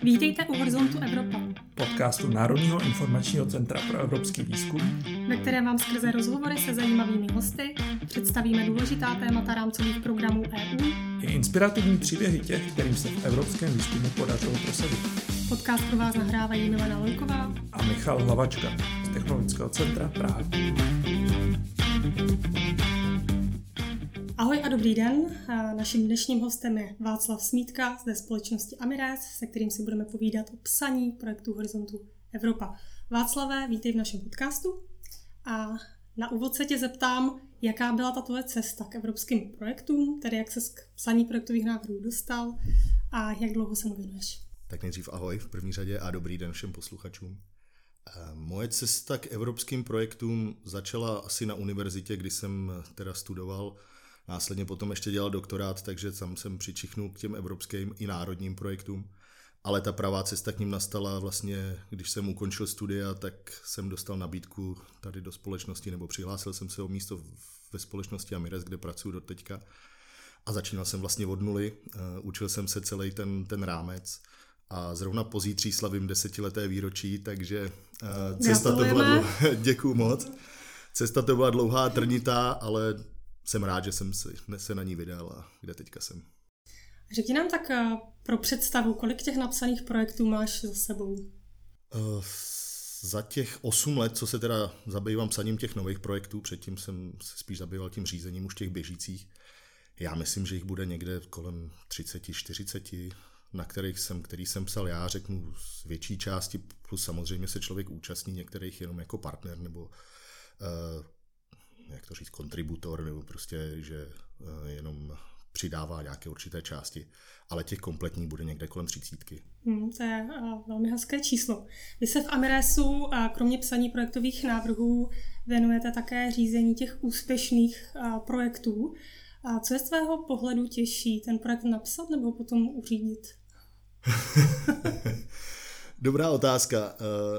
Vítejte u Horizontu Evropa, podcastu Národního informačního centra pro evropský výzkum, ve kterém vám skrze rozhovory se zajímavými hosty představíme důležitá témata rámcových programů EU i inspirativní příběhy těch, kterým se v evropském výzkumu podařilo prosadit. Podcast pro vás nahrávají Milena Lojková A Michal Hlavačka z Technologického centra Praha. Ahoj a dobrý den. Naším dnešním hostem je Václav Smítka ze společnosti Amires, se kterým si budeme povídat o psaní projektu Horizontu Evropa. Václave, vítej v našem podcastu. A na úvod se tě zeptám, jaká byla ta tvoje cesta k evropským projektům, tedy jak ses k psaní projektových návrhů dostal a jak dlouho se mu věnuješ. Tak nejdřív ahoj v první řadě a dobrý den všem posluchačům. Moje cesta k evropským projektům začala asi na univerzitě, kdy jsem teda studoval. Následně potom ještě dělal doktorát, takže tam jsem přičichnul k těm evropským i národním projektům. Ale ta pravá cesta k ním nastala vlastně, když jsem ukončil studia, tak jsem dostal nabídku tady do společnosti, nebo přihlásil jsem se o místo ve společnosti Amires, kde pracuji do teďka. A začínal jsem vlastně od nuly, učil jsem se celý ten rámec. A zrovna pozítří slavím 10leté výročí, takže cesta to byla děkuju moc. Cesta to byla dlouhá, trnitá, ale jsem rád, že jsem se na ní vydal a kde teďka jsem. Řekni nám tak pro představu, kolik těch napsaných projektů máš za sebou? Za těch 8 let, co se teda zabývám psaním těch nových projektů, předtím jsem se spíš zabýval tím řízením už těch běžících. Já myslím, že jich bude někde kolem 30-40, na který jsem psal já, řeknu z větší části, plus samozřejmě se člověk účastní některých jenom jako partner, nebo jak to říct, kontributor, nebo prostě, že jenom přidává nějaké určité části, ale těch kompletních bude někde kolem 30. To je velmi hezké číslo. Vy se v Amiresu, kromě psaní projektových návrhů, věnujete také řízení těch úspěšných projektů. Co je z tvého pohledu těžší, ten projekt napsat nebo potom uřídit? Dobrá otázka.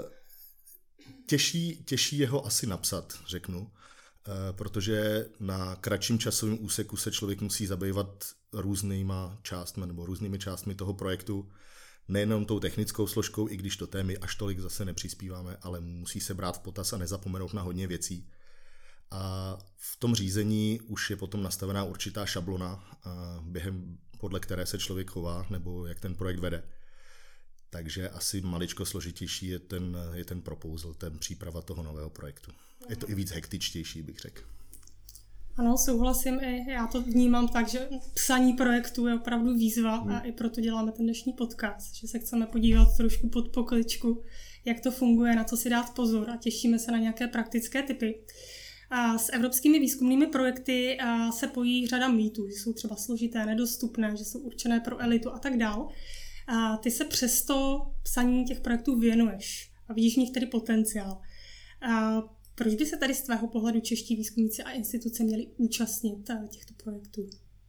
Těžší je ho asi napsat, řeknu, protože na kratším časovém úseku se člověk musí zabývat různýma částmi toho projektu, nejenom tou technickou složkou, i když to témy až tolik zase nepřispíváme, ale musí se brát v potaz a nezapomenout na hodně věcí. A v tom řízení už je potom nastavená určitá šablona, podle které se člověk chová, nebo jak ten projekt vede. Takže asi maličko složitější je ten proposal, ten příprava toho nového projektu. Je to i víc hektičtější, bych řekl. Ano, souhlasím, i já to vnímám tak, že psaní projektu je opravdu výzva a i proto děláme ten dnešní podcast, že se chceme podívat trošku pod pokličku, jak to funguje, na co si dát pozor a těšíme se na nějaké praktické tipy. A s evropskými výzkumnými projekty se pojí řada mýtů, že jsou třeba složité, nedostupné, že jsou určené pro elitu a tak dál. A ty se přesto psaní těch projektů věnuješ a vidíš v nich tedy potenciál. A proč by se tady z tvého pohledu čeští výzkumníci a instituce měli účastnit těchto projektů?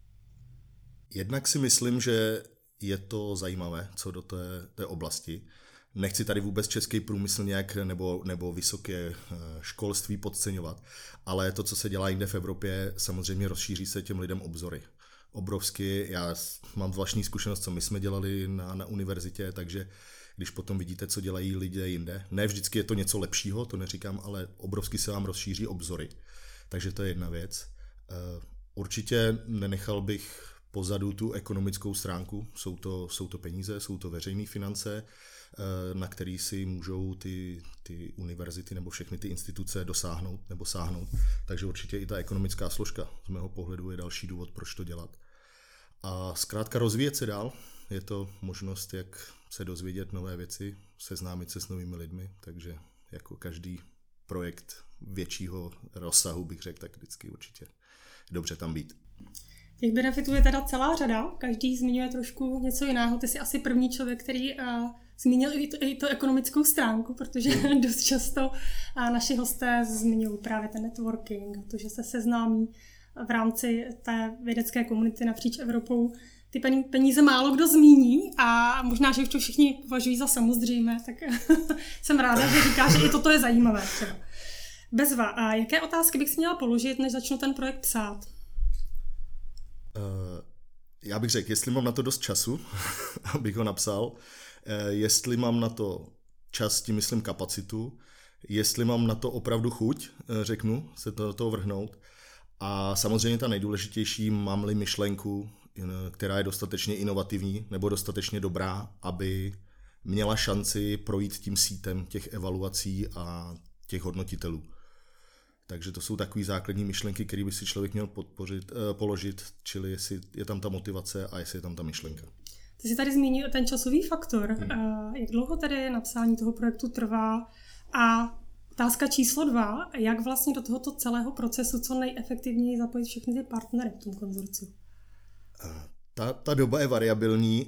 Jednak si myslím, že je to zajímavé, co do té oblasti. Nechci tady vůbec český průmysl nějak nebo vysoké školství podceňovat, ale to, co se dělá jinde v Evropě, samozřejmě rozšíří se těm lidem obzory. Obrovsky, já mám vlastní zkušenost, co my jsme dělali na univerzitě, takže když potom vidíte, co dělají lidé jinde, ne vždycky je to něco lepšího, to neříkám, ale obrovsky se vám rozšíří obzory. Takže to je jedna věc. Určitě nenechal bych pozadu tu ekonomickou stránku, jsou to peníze, jsou to veřejné finance, na který si můžou ty univerzity nebo všechny ty instituce sáhnout. Takže určitě i ta ekonomická složka z mého pohledu je další důvod, proč to dělat. A zkrátka rozvíjet se dál, je to možnost, jak se dozvědět nové věci, seznámit se s novými lidmi, takže jako každý projekt většího rozsahu bych řekl, tak vždycky určitě dobře tam být. Těch benefitů je teda celá řada, každý zmiňuje trošku něco jiného. Ty jsi asi první člověk, který zmínil i tu ekonomickou stránku, protože dost často naši hosté zmiňují právě ten networking, to, že se seznámí v rámci té vědecké komunity napříč Evropou. Ty peníze málo kdo zmíní a možná, že už to všichni považují za samozřejmé, tak jsem ráda, že říkáš, že i toto je zajímavé třeba. Bezva, a jaké otázky bych si měla položit, než začnu ten projekt psát? Já bych řekl, jestli mám na to dost času, abych ho napsal. jestli mám na to čas, tím myslím kapacitu, jestli mám na to opravdu chuť, řeknu, se to do toho vrhnout. A samozřejmě ta nejdůležitější, mám-li myšlenku, která je dostatečně inovativní nebo dostatečně dobrá, aby měla šanci projít tím sítem těch evaluací a těch hodnotitelů. Takže to jsou takové základní myšlenky, které by si člověk měl položit, čili jestli je tam ta motivace a jestli je tam ta myšlenka. Ty jsi tady zmínil ten časový faktor. Jak dlouho tedy napsání toho projektu trvá? A otázka číslo 2, jak vlastně do tohoto celého procesu co nejefektivněji zapojit všechny ty partnery v tom konzorciu? Ta doba je variabilní.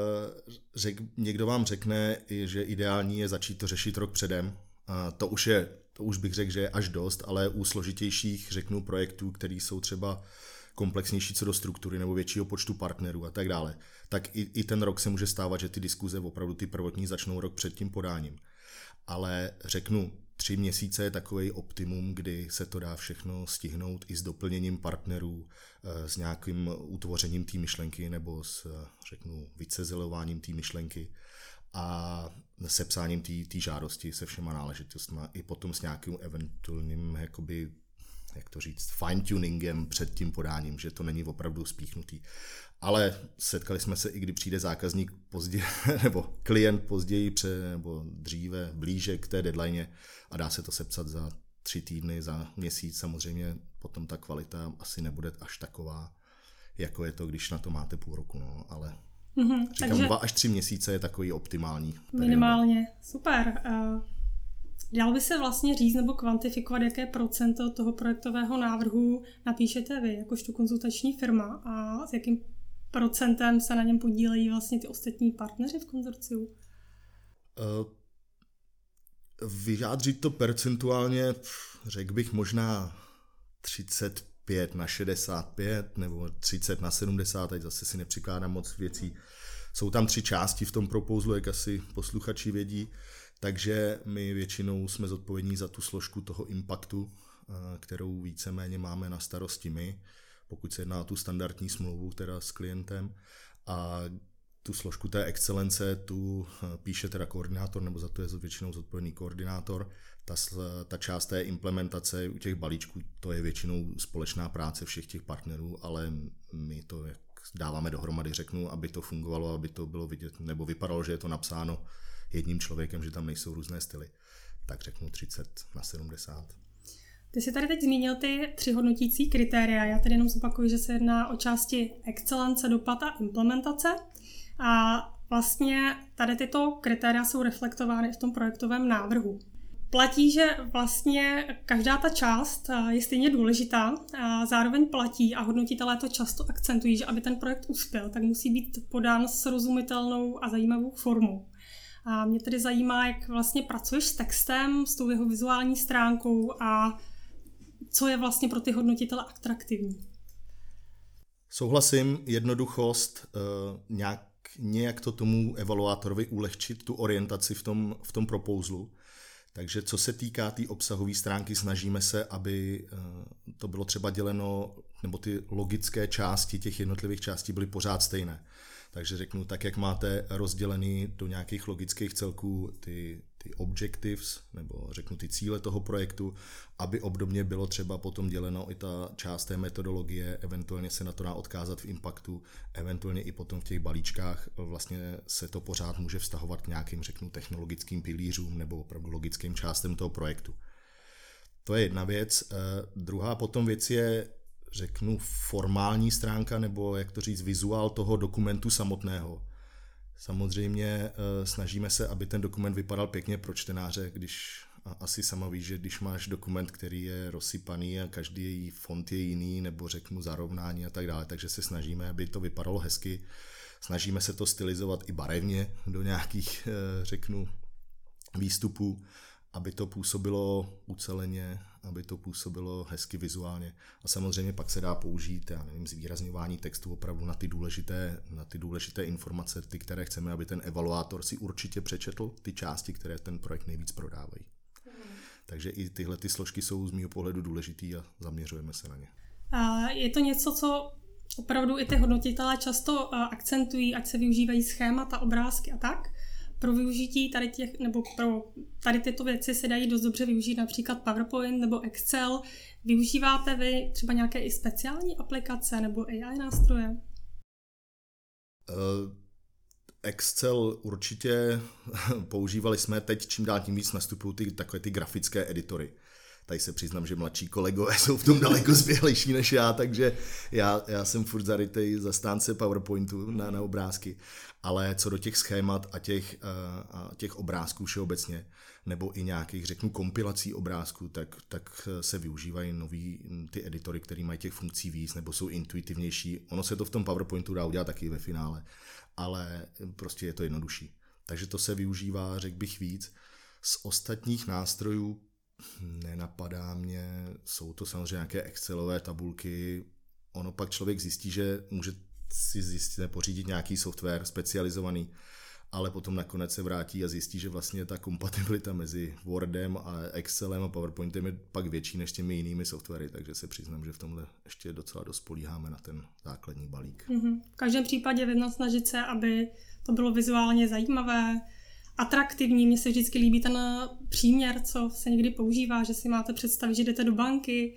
Někdo vám řekne, že ideální je začít to řešit rok předem. To už bych řekl, že je až dost, ale u složitějších, řeknu, projektů, které jsou třeba komplexnější co do struktury nebo většího počtu partnerů a tak dále, tak i ten rok se může stávat, že ty diskuze opravdu ty prvotní začnou rok před tím podáním. Ale řeknu, 3 měsíce je takový optimum, kdy se to dá všechno stihnout i s doplněním partnerů, s nějakým utvořením té myšlenky nebo s, řeknu, vycizelováním té myšlenky a sepsáním té žádosti se všema náležitostmi i potom s nějakým eventuálním, jakoby, jak to říct, fine-tuningem před tím podáním, že to není opravdu spíchnutý. Ale setkali jsme se, i kdy přijde zákazník později, nebo klient později, nebo dříve, blíže k té deadline a dá se to sepsat za 3 týdny, za měsíc. Samozřejmě potom ta kvalita asi nebude až taková, jako je to, když na to máte půl roku, no, ale říkám, takže 2 až 3 měsíce je takový optimální. Minimálně, super. Dalo by se vlastně říct nebo kvantifikovat, jaké procento toho projektového návrhu napíšete vy, jakožto konzultační firma, a s jakým procentem se na něm podílejí vlastně ty ostatní partneři v konzorciu? Vyjádřit to percentuálně, řekl bych možná 35/65 nebo 30/70, teď zase si nepřikládám moc věcí. Jsou tam 3 části v tom proposlu, jak asi posluchači vědí, takže my většinou jsme zodpovědní za tu složku toho impactu, kterou víceméně máme na starosti my, pokud se jedná o tu standardní smlouvu teda s klientem, a tu složku té excelence tu píše teda koordinátor, nebo za to je většinou zodpovědný koordinátor. Ta část té implementace u těch balíčků, to je většinou společná práce všech těch partnerů, ale my to dáváme dohromady, řeknu, aby to fungovalo, aby to bylo vidět, nebo vypadalo, že je to napsáno jedním člověkem, že tam nejsou různé styly. Tak řeknu 30/70. Ty jsi tady teď zmínil ty 3 hodnotící kritéria. Já tady jenom zopakuju, že se jedná o části excelence, dopad a implementace. A vlastně tady tyto kritéria jsou reflektovány v tom projektovém návrhu. Platí, že vlastně každá ta část je stejně důležitá, a zároveň platí a hodnotitelé to často akcentují, že aby ten projekt uspěl, tak musí být podán srozumitelnou a zajímavou formou. A mě tedy zajímá, jak vlastně pracuješ s textem, s tou jeho vizuální stránkou a co je vlastně pro ty hodnotitele atraktivní. Souhlasím, jednoduchost, nějak to tomu evaluátorovi ulehčit tu orientaci v tom proposlu. Takže co se týká té obsahové stránky, snažíme se, aby to bylo třeba děleno, nebo ty logické části těch jednotlivých částí byly pořád stejné. Takže řeknu, tak jak máte rozdělený do nějakých logických celků ty objectives, nebo řeknu ty cíle toho projektu, aby obdobně bylo třeba potom děleno i ta část té metodologie, eventuálně se na to dá odkázat v impactu, eventuálně i potom v těch balíčkách vlastně se to pořád může vztahovat k nějakým, řeknu, technologickým pilířům nebo opravdu logickým částem toho projektu. To je jedna věc. Druhá potom věc je, řeknu, formální stránka, nebo jak to říct, vizuál toho dokumentu samotného. Samozřejmě snažíme se, aby ten dokument vypadal pěkně pro čtenáře, když asi sama víš, že když máš dokument, který je rozsypaný a každý její font je jiný, nebo řeknu zarovnání a tak dále, takže se snažíme, aby to vypadalo hezky. Snažíme se to stylizovat i barevně do nějakých, řeknu, výstupů, aby to působilo uceleně, aby to působilo hezky vizuálně. A samozřejmě pak se dá použít, zvýrazňování textu opravdu na ty důležité informace, ty, které chceme, aby ten evaluátor si určitě přečetl, ty části, které ten projekt nejvíc prodávají. Takže i tyhle ty složky jsou z mého pohledu důležitý a zaměřujeme se na ně. A je to něco, co opravdu i ty hodnotitelé často akcentují, ať se využívají schémata, obrázky a tak. pro využití tady tyto věci se dají dost dobře využít například PowerPoint nebo Excel. Využíváte vy třeba nějaké i speciální aplikace nebo AI nástroje? Excel určitě používali jsme, teď čím dál tím víc nastupují takové ty grafické editory. Tady se přiznám, že mladší kolegové jsou v tom daleko zběhlejší než já, takže já jsem furt zarytej zastánce PowerPointu na obrázky. Ale co do těch schémat a těch obrázků všeobecně, nebo i nějakých, řeknu, kompilací obrázků, tak se využívají nový ty editory, které mají těch funkcí víc, nebo jsou intuitivnější. Ono se to v tom PowerPointu dá udělat taky ve finále, ale prostě je to jednodušší. Takže to se využívá, řekl bych, víc. Z ostatních nástrojů nenapadá mě, jsou to samozřejmě nějaké Excelové tabulky. Ono pak člověk zjistí, že může si pořídit nějaký software specializovaný, ale potom nakonec se vrátí a zjistí, že vlastně ta kompatibilita mezi Wordem a Excelem a PowerPointem je pak větší než těmi jinými softwary, takže se přiznám, že v tomhle ještě docela dost spolíháme na ten základní balík. V každém případě snažit se, aby to bylo vizuálně zajímavé, atraktivní. Mně se vždycky líbí ten příměr, co se někdy používá, že si máte představit, že jdete do banky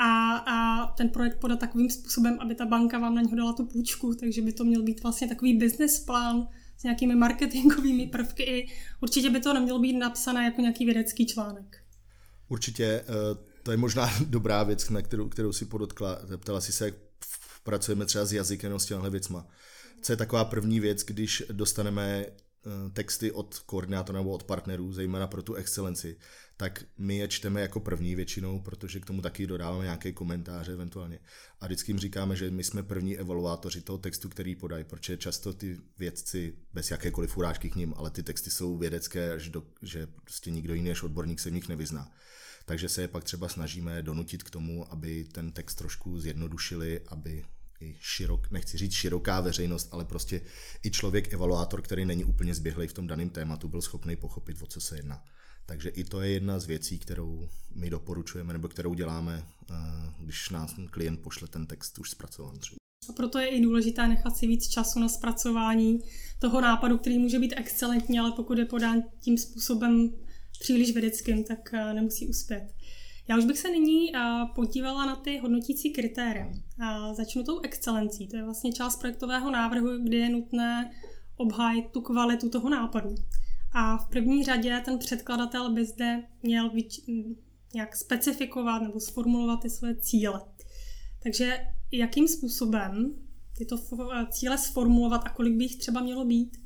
a ten projekt podat takovým způsobem, aby ta banka vám na něho dala tu půjčku, takže by to měl být vlastně takový business plán s nějakými marketingovými prvky i určitě by to nemělo být napsané jako nějaký vědecký článek. Určitě, to je možná dobrá věc, na kterou si podotkla. Zeptala si se, jak pracujeme třeba s jazykem nebo s těmihle věcma. Co je taková první věc, když dostaneme texty od koordinátora nebo od partnerů, zejména pro tu excelenci, tak my je čteme jako první většinou, protože k tomu taky dodáváme nějaké komentáře eventuálně. A vždycky jim říkáme, že my jsme první evaluátoři toho textu, který podají, protože často ty vědci, bez jakékoliv urážky k nim, ale ty texty jsou vědecké, že prostě nikdo jiný než odborník se v nich nevyzná. Takže se je pak třeba snažíme donutit k tomu, aby ten text trošku zjednodušili, aby i nechci říct široká veřejnost, ale prostě i člověk, evaluátor, který není úplně zběhlej v tom daném tématu, byl schopný pochopit, o co se jedná. Takže i to je jedna z věcí, kterou my doporučujeme, nebo kterou děláme, když nás klient pošle ten text už zpracovaný. A proto je i důležité nechat si víc času na zpracování toho nápadu, který může být excelentní, ale pokud je podán tím způsobem příliš vědeckým, tak nemusí uspět. Já už bych se nyní podívala na ty hodnotící kritéria. Začnu tou excelencí. To je vlastně část projektového návrhu, kdy je nutné obhájit tu kvalitu toho nápadu. A v první řadě ten předkladatel by zde měl nějak specifikovat nebo sformulovat ty svoje cíle. Takže jakým způsobem tyto cíle sformulovat a kolik by jich třeba mělo být?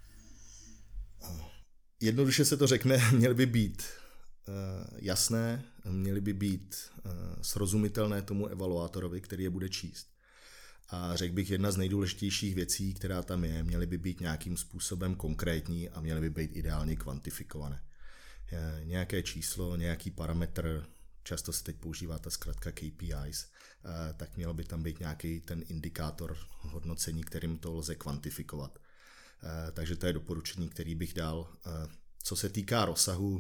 Jednoduše se to řekne, měly by být jasné, měly by být srozumitelné tomu evaluátorovi, který je bude číst. A řekl bych, jedna z nejdůležitějších věcí, která tam je, měly by být nějakým způsobem konkrétní a měly by být ideálně kvantifikované. Nějaké číslo, nějaký parametr, často se teď používá ta zkratka KPIs, tak mělo by tam být nějaký ten indikátor hodnocení, kterým to lze kvantifikovat. Takže to je doporučení, který bych dal. Co se týká rozsahu,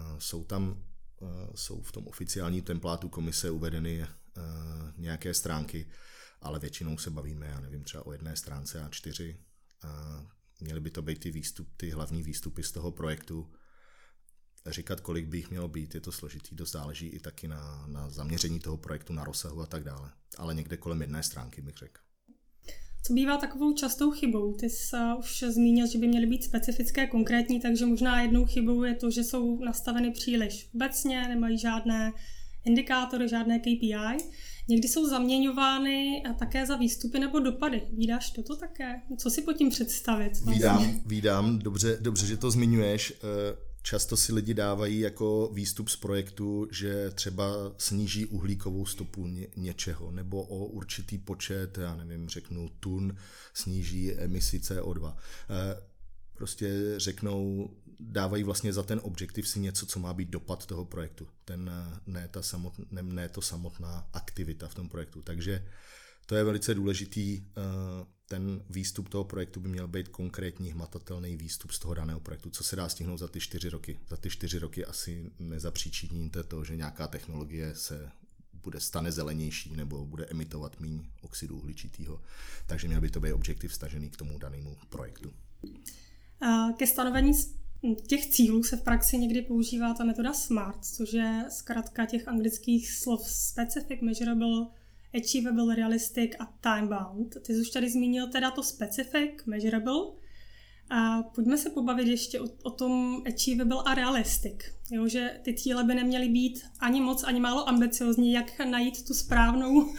jsou v tom oficiálním templátu komise uvedeny nějaké stránky, ale většinou se bavíme, já nevím, třeba o jedné stránce A4. Měly by to být ty hlavní výstupy z toho projektu. Říkat, kolik by jich mělo být, je to složitý, dost záleží i taky na zaměření toho projektu, na rozsahu a tak dále. Ale někde kolem jedné stránky bych řekl. Co bývá takovou častou chybou? Ty jsi už zmínil, že by měly být specifické, konkrétní, takže možná jednou chybou je to, že jsou nastaveny příliš obecně, nemají žádné indikátory, žádné KPI. Někdy jsou zaměňovány také za výstupy nebo dopady. Vídáš toto také? Co si pod tím představit? Vídám. Dobře, že to zmiňuješ. Často si lidi dávají jako výstup z projektu, že třeba sníží uhlíkovou stopu něčeho, nebo o určitý počet, já nevím, řeknu tun, sníží emisi CO2. Prostě řeknou, dávají vlastně za ten objektiv si něco, co má být dopad toho projektu. Ne to samotná aktivita v tom projektu. Takže to je velice důležitý. Ten výstup toho projektu by měl být konkrétní, hmatatelný výstup z toho daného projektu, co se dá stihnout za ty 4 roky. Za ty 4 roky asi nezapříčiníte to, že nějaká technologie stane zelenější nebo bude emitovat méně oxidu uhličitého. Takže měl by to být objektiv vztažený k tomu danému projektu. Ke stanovení těch cílů se v praxi někdy používá ta metoda SMART, což je zkrátka těch anglických slov specific, measurable, achievable, realistic a time-bound. Ty jsi už tady zmínil teda to specific, measurable. A pojďme se pobavit ještě o tom achievable a realistic. Jo, že ty cíle by neměly být ani moc, ani málo ambiciozní, jak najít tu správnou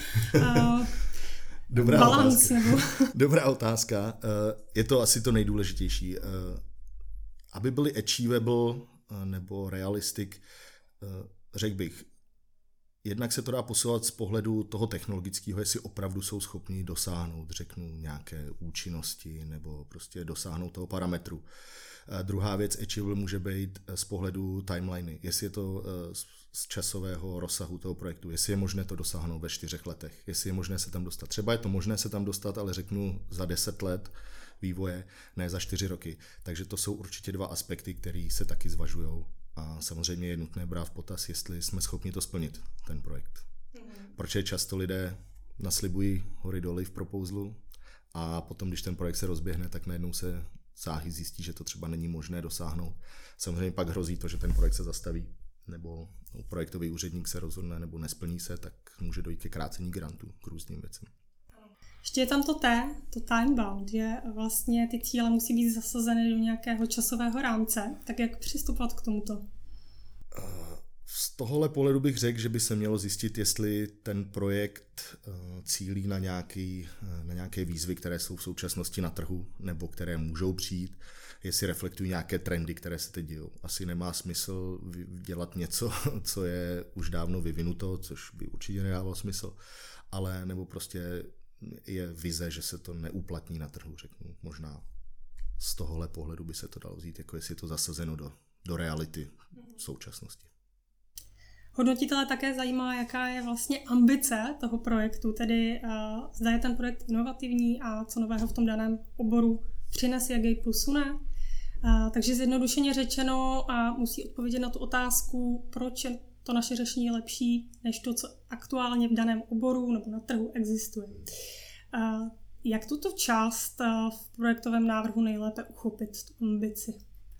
balans. Dobrá otázka. Je to asi to nejdůležitější. Aby byly achievable nebo realistic, řekl bych, jednak se to dá posouvat z pohledu toho technologického, jestli opravdu jsou schopni dosáhnout, řeknu, nějaké účinnosti nebo prostě dosáhnout toho parametru. Druhá věc, achievable může být z pohledu timeliny, jestli je to z časového rozsahu toho projektu, jestli je možné to dosáhnout ve 4 letech, jestli je možné se tam dostat. Třeba je to možné se tam dostat, ale řeknu za 10 let vývoje, ne za 4 roky. Takže to jsou určitě 2 aspekty, které se taky zvažujou. A samozřejmě je nutné brát v potaz, jestli jsme schopni to splnit, ten projekt. Protože často lidé naslibují hory doly v propouzlu a potom, když ten projekt se rozběhne, tak najednou se záhy zjistí, že to třeba není možné dosáhnout. Samozřejmě pak hrozí to, že ten projekt se zastaví, nebo projektový úředník se rozhodne, nebo nesplní se, tak může dojít ke krácení grantů, k různým věcem. Ještě je tam to time-bound, že vlastně ty cíle musí být zasazeny do nějakého časového rámce. Tak jak přistupovat k tomuto? Z tohohle pohledu bych řekl, že by se mělo zjistit, jestli ten projekt cílí na nějaké výzvy, které jsou v současnosti na trhu, nebo které můžou přijít, jestli reflektují nějaké trendy, které se teď dějou. Asi nemá smysl dělat něco, co je už dávno vyvinuto, což by určitě nedávalo smysl, ale nebo prostě je vize, že se to neuplatní na trhu, řeknu. Možná z tohohle pohledu by se to dalo vzít, jako jestli je to zasazeno do reality v současnosti. Hodnotitele také zajímá, jaká je vlastně ambice toho projektu, tedy zda je ten projekt inovativní a co nového v tom daném oboru přinese, jak jej posune. Takže zjednodušeně řečeno musí odpovědět na tu otázku, proč je to naše řešení lepší než to, co aktuálně v daném oboru nebo na trhu existuje. Jak tuto část v projektovém návrhu nejlépe uchopit, tu ambici?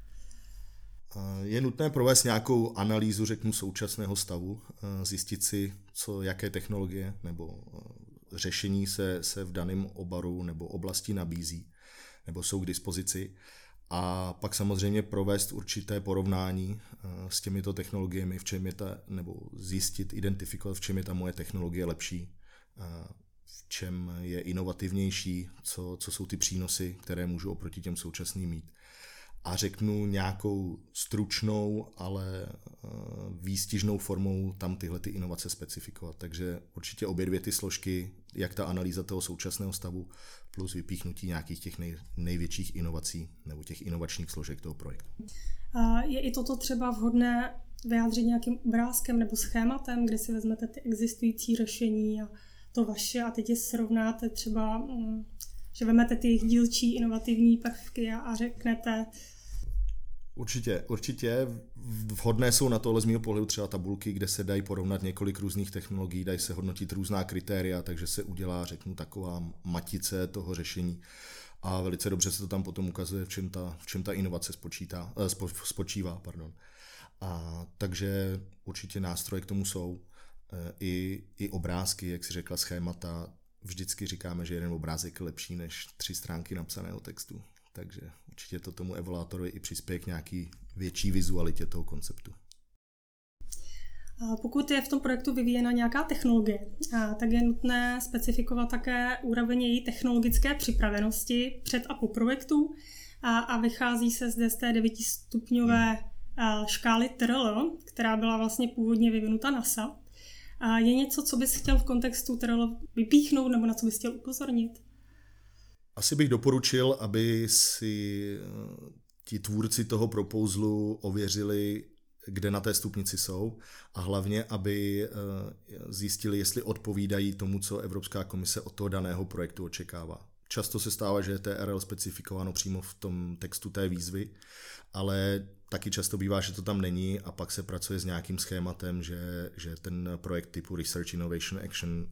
Je nutné provést nějakou analýzu, řeknu, současného stavu, zjistit si, jaké technologie nebo řešení se v daném oboru nebo oblasti nabízí nebo jsou k dispozici. A pak samozřejmě provést určité porovnání s těmito technologiemi, nebo zjistit, identifikovat, v čem je ta moje technologie lepší, v čem je inovativnější, co jsou ty přínosy, které můžu oproti těm současným mít. A řeknu nějakou stručnou, ale výstižnou formou tam tyhle ty inovace specifikovat. Takže určitě obě 2 ty složky, jak ta analýza toho současného stavu, plus vypíchnutí nějakých těch největších inovací nebo těch inovačních složek toho projektu. Je i toto třeba vhodné vyjádřit nějakým obrázkem nebo schématem, kde si vezmete ty existující řešení a to vaše a teď je srovnáte třeba, že vezmete ty jejich dílčí inovativní prvky a řeknete... Určitě. Vhodné jsou na tohle z mého pohledu třeba tabulky, kde se dají porovnat několik různých technologií, dají se hodnotit různá kritéria, takže se udělá, řeknu, taková matice toho řešení a velice dobře se to tam potom ukazuje, v čem ta inovace spočívá. A takže určitě nástroje k tomu jsou. I obrázky, jak si řekla, schémata. Vždycky říkáme, že jeden obrázek je lepší než 3 stránky napsaného textu. Takže určitě to tomu evaluátorovi i přispěje k nějaký větší vizualitě toho konceptu. Pokud je v tom projektu vyvíjena nějaká technologie, tak je nutné specifikovat také úroveň její technologické připravenosti před a po projektu a vychází se zde z té 9stupňové škály TRL, která byla vlastně původně vyvinuta NASA. Je něco, co bys chtěl v kontextu TRL vypíchnout nebo na co bys chtěl upozornit? Asi bych doporučil, aby si ti tvůrci toho propouzlu ověřili, kde na té stupnici jsou a hlavně, aby zjistili, jestli odpovídají tomu, co Evropská komise od toho daného projektu očekává. Často se stává, že je TRL specifikováno přímo v tom textu té výzvy, ale taky často bývá, že to tam není a pak se pracuje s nějakým schématem, že ten projekt typu Research Innovation Action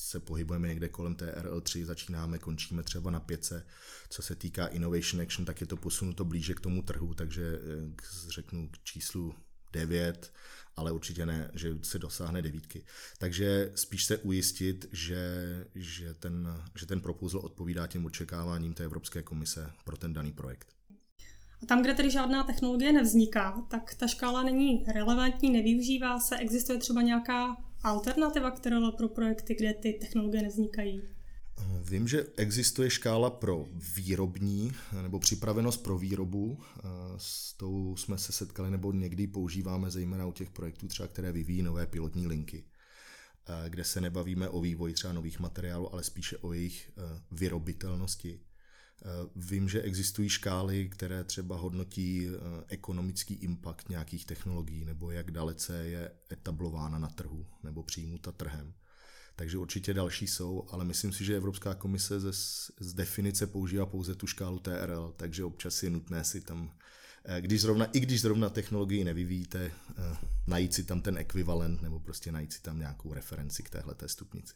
se pohybujeme někde kolem té RL3, začínáme, končíme třeba na 5. Co se týká Innovation Action, tak je to posunuto blíže k tomu trhu, takže řeknu k číslu 9, ale určitě ne, že se dosáhne 9. Takže spíš se ujistit, že ten proposal odpovídá těm očekáváním té Evropské komise pro ten daný projekt. A tam, kde tedy žádná technologie nevzniká, tak ta škála není relevantní, nevyužívá se. Existuje třeba nějaká alternativa pro projekty, kde ty technologie nevznikají? Vím, že existuje škála pro výrobní nebo připravenost pro výrobu. S tou jsme se setkali nebo někdy používáme zejména u těch projektů, třeba které vyvíjí nové pilotní linky, kde se nebavíme o vývoji třeba nových materiálů, ale spíše o jejich vyrobitelnosti. Vím, že existují škály, které třeba hodnotí ekonomický impact nějakých technologií nebo jak dalece je etablována na trhu nebo přijmuta trhem. Takže určitě další jsou, ale myslím si, že Evropská komise z definice používá pouze tu škálu TRL, takže občas je nutné si tam, když zrovna technologii nevyvíjíte, najít si tam ten ekvivalent nebo prostě najít si tam nějakou referenci k téhleté stupnici.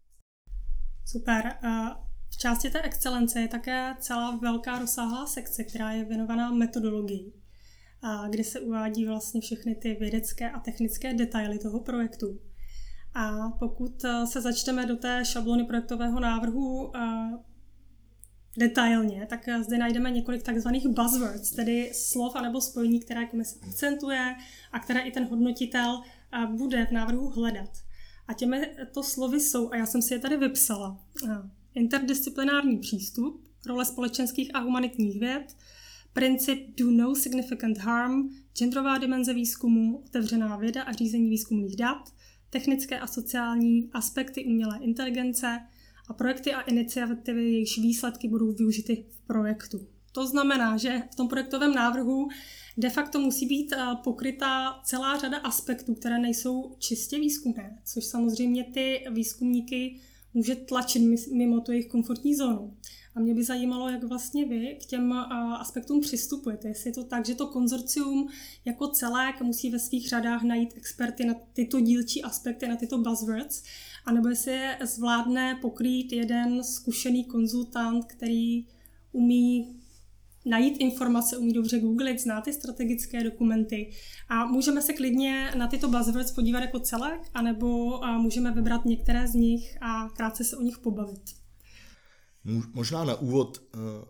Super. V části té excelence je také celá velká rozsáhlá sekce, která je věnovaná metodologii, kde se uvádí vlastně všechny ty vědecké a technické detaily toho projektu. A pokud se začteme do té šablony projektového návrhu detailně, tak zde najdeme několik takzvaných buzzwords, tedy slov anebo spojení, které komise akcentuje a které i ten hodnotitel bude v návrhu hledat. A těmito slovy jsou, a já jsem si je tady vypsala, interdisciplinární přístup, role společenských a humanitních věd, princip do no significant harm, genderová dimenze výzkumu, otevřená věda a řízení výzkumných dat, technické a sociální aspekty umělé inteligence a projekty a iniciativy, jejichž výsledky budou využity v projektu. To znamená, že v tom projektovém návrhu de facto musí být pokrytá celá řada aspektů, které nejsou čistě výzkumné, což samozřejmě ty výzkumníky může tlačit mimo tu jejich komfortní zónu. A mě by zajímalo, jak vlastně vy k těm aspektům přistupujete. Jestli je to tak, že to konzorcium jako celek musí ve svých řadách najít experty na tyto dílčí aspekty, na tyto buzzwords, anebo jestli je zvládne pokrýt jeden zkušený konzultant, který umí najít informace, umí dobře googlit, zná ty strategické dokumenty. A můžeme se klidně na tyto buzzwords podívat jako celek, anebo můžeme vybrat některé z nich a krátce se o nich pobavit. Možná na úvod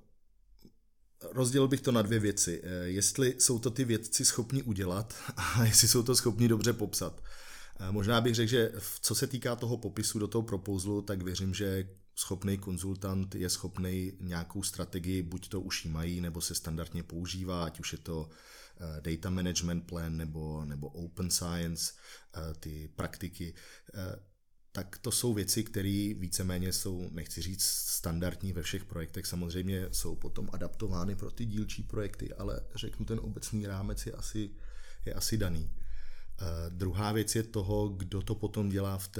rozdělil bych to na 2 věci. Jestli jsou to ty vědci schopni udělat a jestli jsou to schopni dobře popsat. Možná bych řekl, že co se týká toho popisu do toho proposalu, tak věřím, že schopný konzultant je schopný nějakou strategii, buď to už jí mají, nebo se standardně používá, ať už je to data management plan nebo open science, ty praktiky, tak to jsou věci, které víceméně jsou, nechci říct standardní ve všech projektech, samozřejmě jsou potom adaptovány pro ty dílčí projekty, ale řeknu, ten obecný rámec je asi daný. Druhá věc je toho, kdo to potom dělá v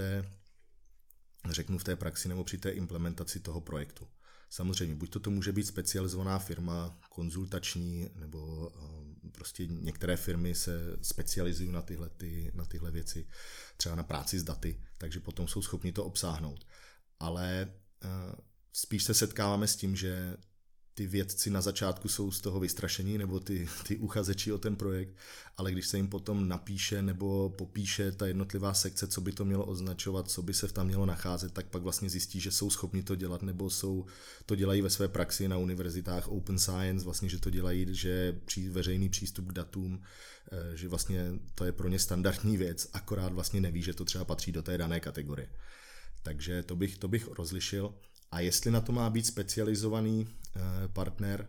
té praxi nebo při té implementaci toho projektu. Samozřejmě, buď to může být specializovaná firma, konzultační, nebo prostě některé firmy se specializují na tyhle věci, třeba na práci s daty, takže potom jsou schopni to obsáhnout. Ale spíš se setkáváme s tím, že ty vědci na začátku jsou z toho vystrašení, nebo ty uchazeči o ten projekt, ale když se jim potom napíše nebo popíše ta jednotlivá sekce, co by to mělo označovat, co by se tam mělo nacházet, tak pak vlastně zjistí, že jsou schopni to dělat, nebo to dělají ve své praxi na univerzitách Open Science, vlastně, že to dělají, že veřejný přístup k datům, že vlastně to je pro ně standardní věc, akorát vlastně neví, že to třeba patří do té dané kategorie. Takže to bych rozlišil. A jestli na to má být specializovaný partner,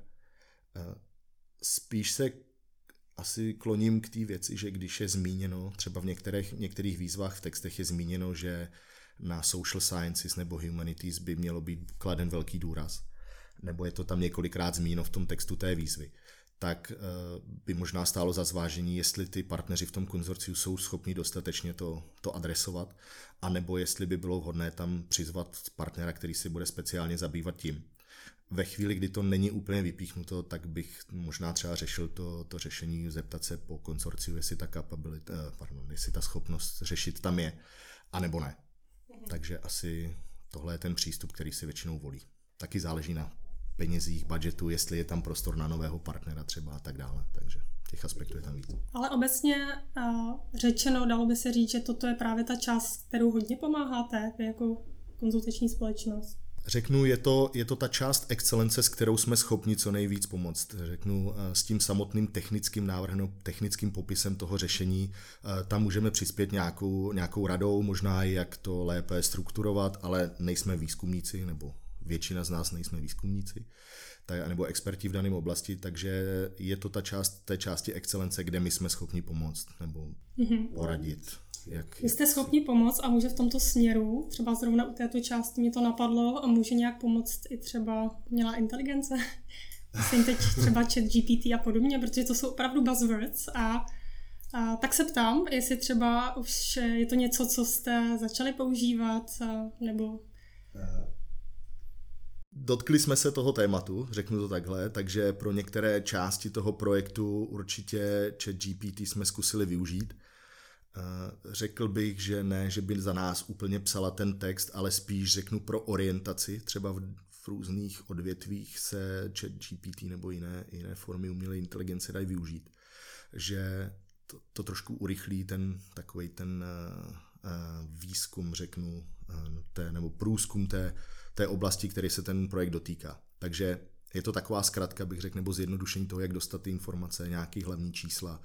spíš se asi kloním k té věci, že když je zmíněno, třeba v některých výzvách v textech je zmíněno, že na social sciences nebo humanities by mělo být kladen velký důraz, nebo je to tam několikrát zmíněno v tom textu té výzvy, tak by možná stálo za zvážení, jestli ty partneři v tom konzorciu jsou schopni dostatečně to adresovat, anebo jestli by bylo vhodné tam přizvat partnera, který si bude speciálně zabývat tím. Ve chvíli, kdy to není úplně vypíchnuto, tak bych možná třeba řešil to řešení, zeptat se po konzorciu, jestli ta schopnost řešit tam je, anebo ne. Takže asi tohle je ten přístup, který si většinou volí. Taky záleží na penězích, budgetu, jestli je tam prostor na nového partnera třeba a tak dále. Takže těch aspektů je tam víc. Ale obecně řečeno, dalo by se říct, že toto je právě ta část, kterou hodně pomáháte vy jako konzultační společnost. Řeknu, je to ta část excelence, s kterou jsme schopni co nejvíc pomoct. Řeknu, s tím samotným technickým návrhem, technickým popisem toho řešení, tam můžeme přispět nějakou radou, možná i jak to lépe strukturovat, ale nejsme výzkumníci, nebo většina z nás nejsme výzkumníci, nebo experti v daném oblasti, takže je to ta část té části excelence, kde my jsme schopni pomoct, nebo poradit. Vy jste schopni pomoct a může v tomto směru, třeba zrovna u této části mě to napadlo, a může nějak pomoct i třeba umělá inteligence? Myslím teď třeba ChatGPT a podobně, protože to jsou opravdu buzzwords a tak se ptám, jestli třeba už je to něco, co jste začali používat, nebo... Dotkli jsme se toho tématu, řeknu to takhle, takže pro některé části toho projektu určitě ChatGPT jsme zkusili využít. Řekl bych, že ne, že by za nás úplně psala ten text, ale spíš řeknu pro orientaci, třeba v různých odvětvích se ChatGPT nebo jiné formy umělé inteligence dají využít, že to trošku urychlí ten výzkum, řeknu, nebo průzkum té oblasti, které se ten projekt dotýká. Takže je to taková zkratka, bych řekl, nebo zjednodušení toho, jak dostat ty informace, nějaký hlavní čísla,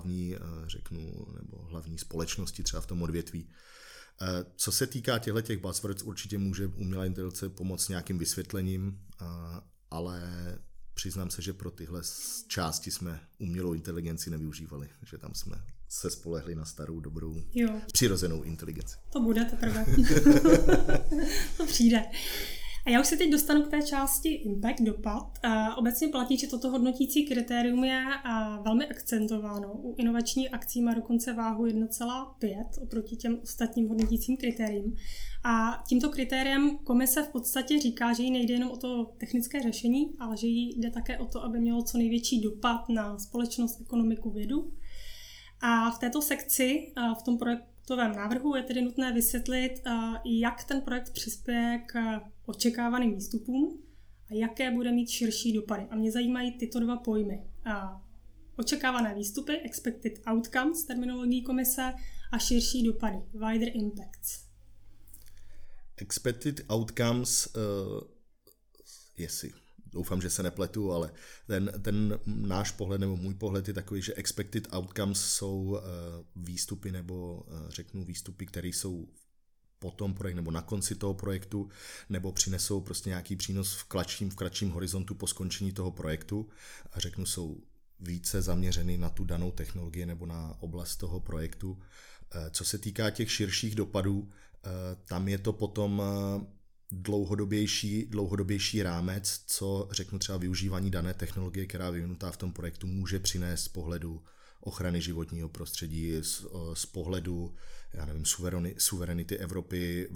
hlavní společnosti třeba v tom odvětví. Co se týká těch buzzwords, určitě může umělá inteligence pomoct nějakým vysvětlením, ale přiznám se, že pro tyhle části jsme umělou inteligenci nevyužívali, že tam jsme se spolehli na starou, dobrou, přirozenou inteligenci. To bude teprve. To přijde. A já už se teď dostanu k té části impact, dopad. Obecně platí, že toto hodnotící kritérium je velmi akcentováno. U inovačních akcí má dokonce váhu 1,5 oproti těm ostatním hodnotícím kritériím. A tímto kritériem komise v podstatě říká, že jí nejde jenom o to technické řešení, ale že jí jde také o to, aby mělo co největší dopad na společnost, ekonomiku, vědu. A v této sekci, v tom projektovém návrhu je tedy nutné vysvětlit, jak ten projekt přispěje k očekávaným výstupům a jaké bude mít širší dopady. A mě zajímají tyto dva pojmy. Očekávané výstupy, expected outcomes, terminologií komise, a širší dopady, wider impacts. Expected outcomes, doufám, že se nepletu, ale ten náš pohled nebo můj pohled je takový, že expected outcomes jsou výstupy nebo řeknu výstupy, které jsou po tom projektu nebo na konci toho projektu, nebo přinesou prostě nějaký přínos v kratším horizontu po skončení toho projektu a řeknu, jsou více zaměřeny na tu danou technologii nebo na oblast toho projektu. Co se týká těch širších dopadů, tam je to potom dlouhodobější rámec, co řeknu třeba využívání dané technologie, která je vyvinutá v tom projektu, může přinést z pohledu ochrany životního prostředí, z pohledu, suverenity Evropy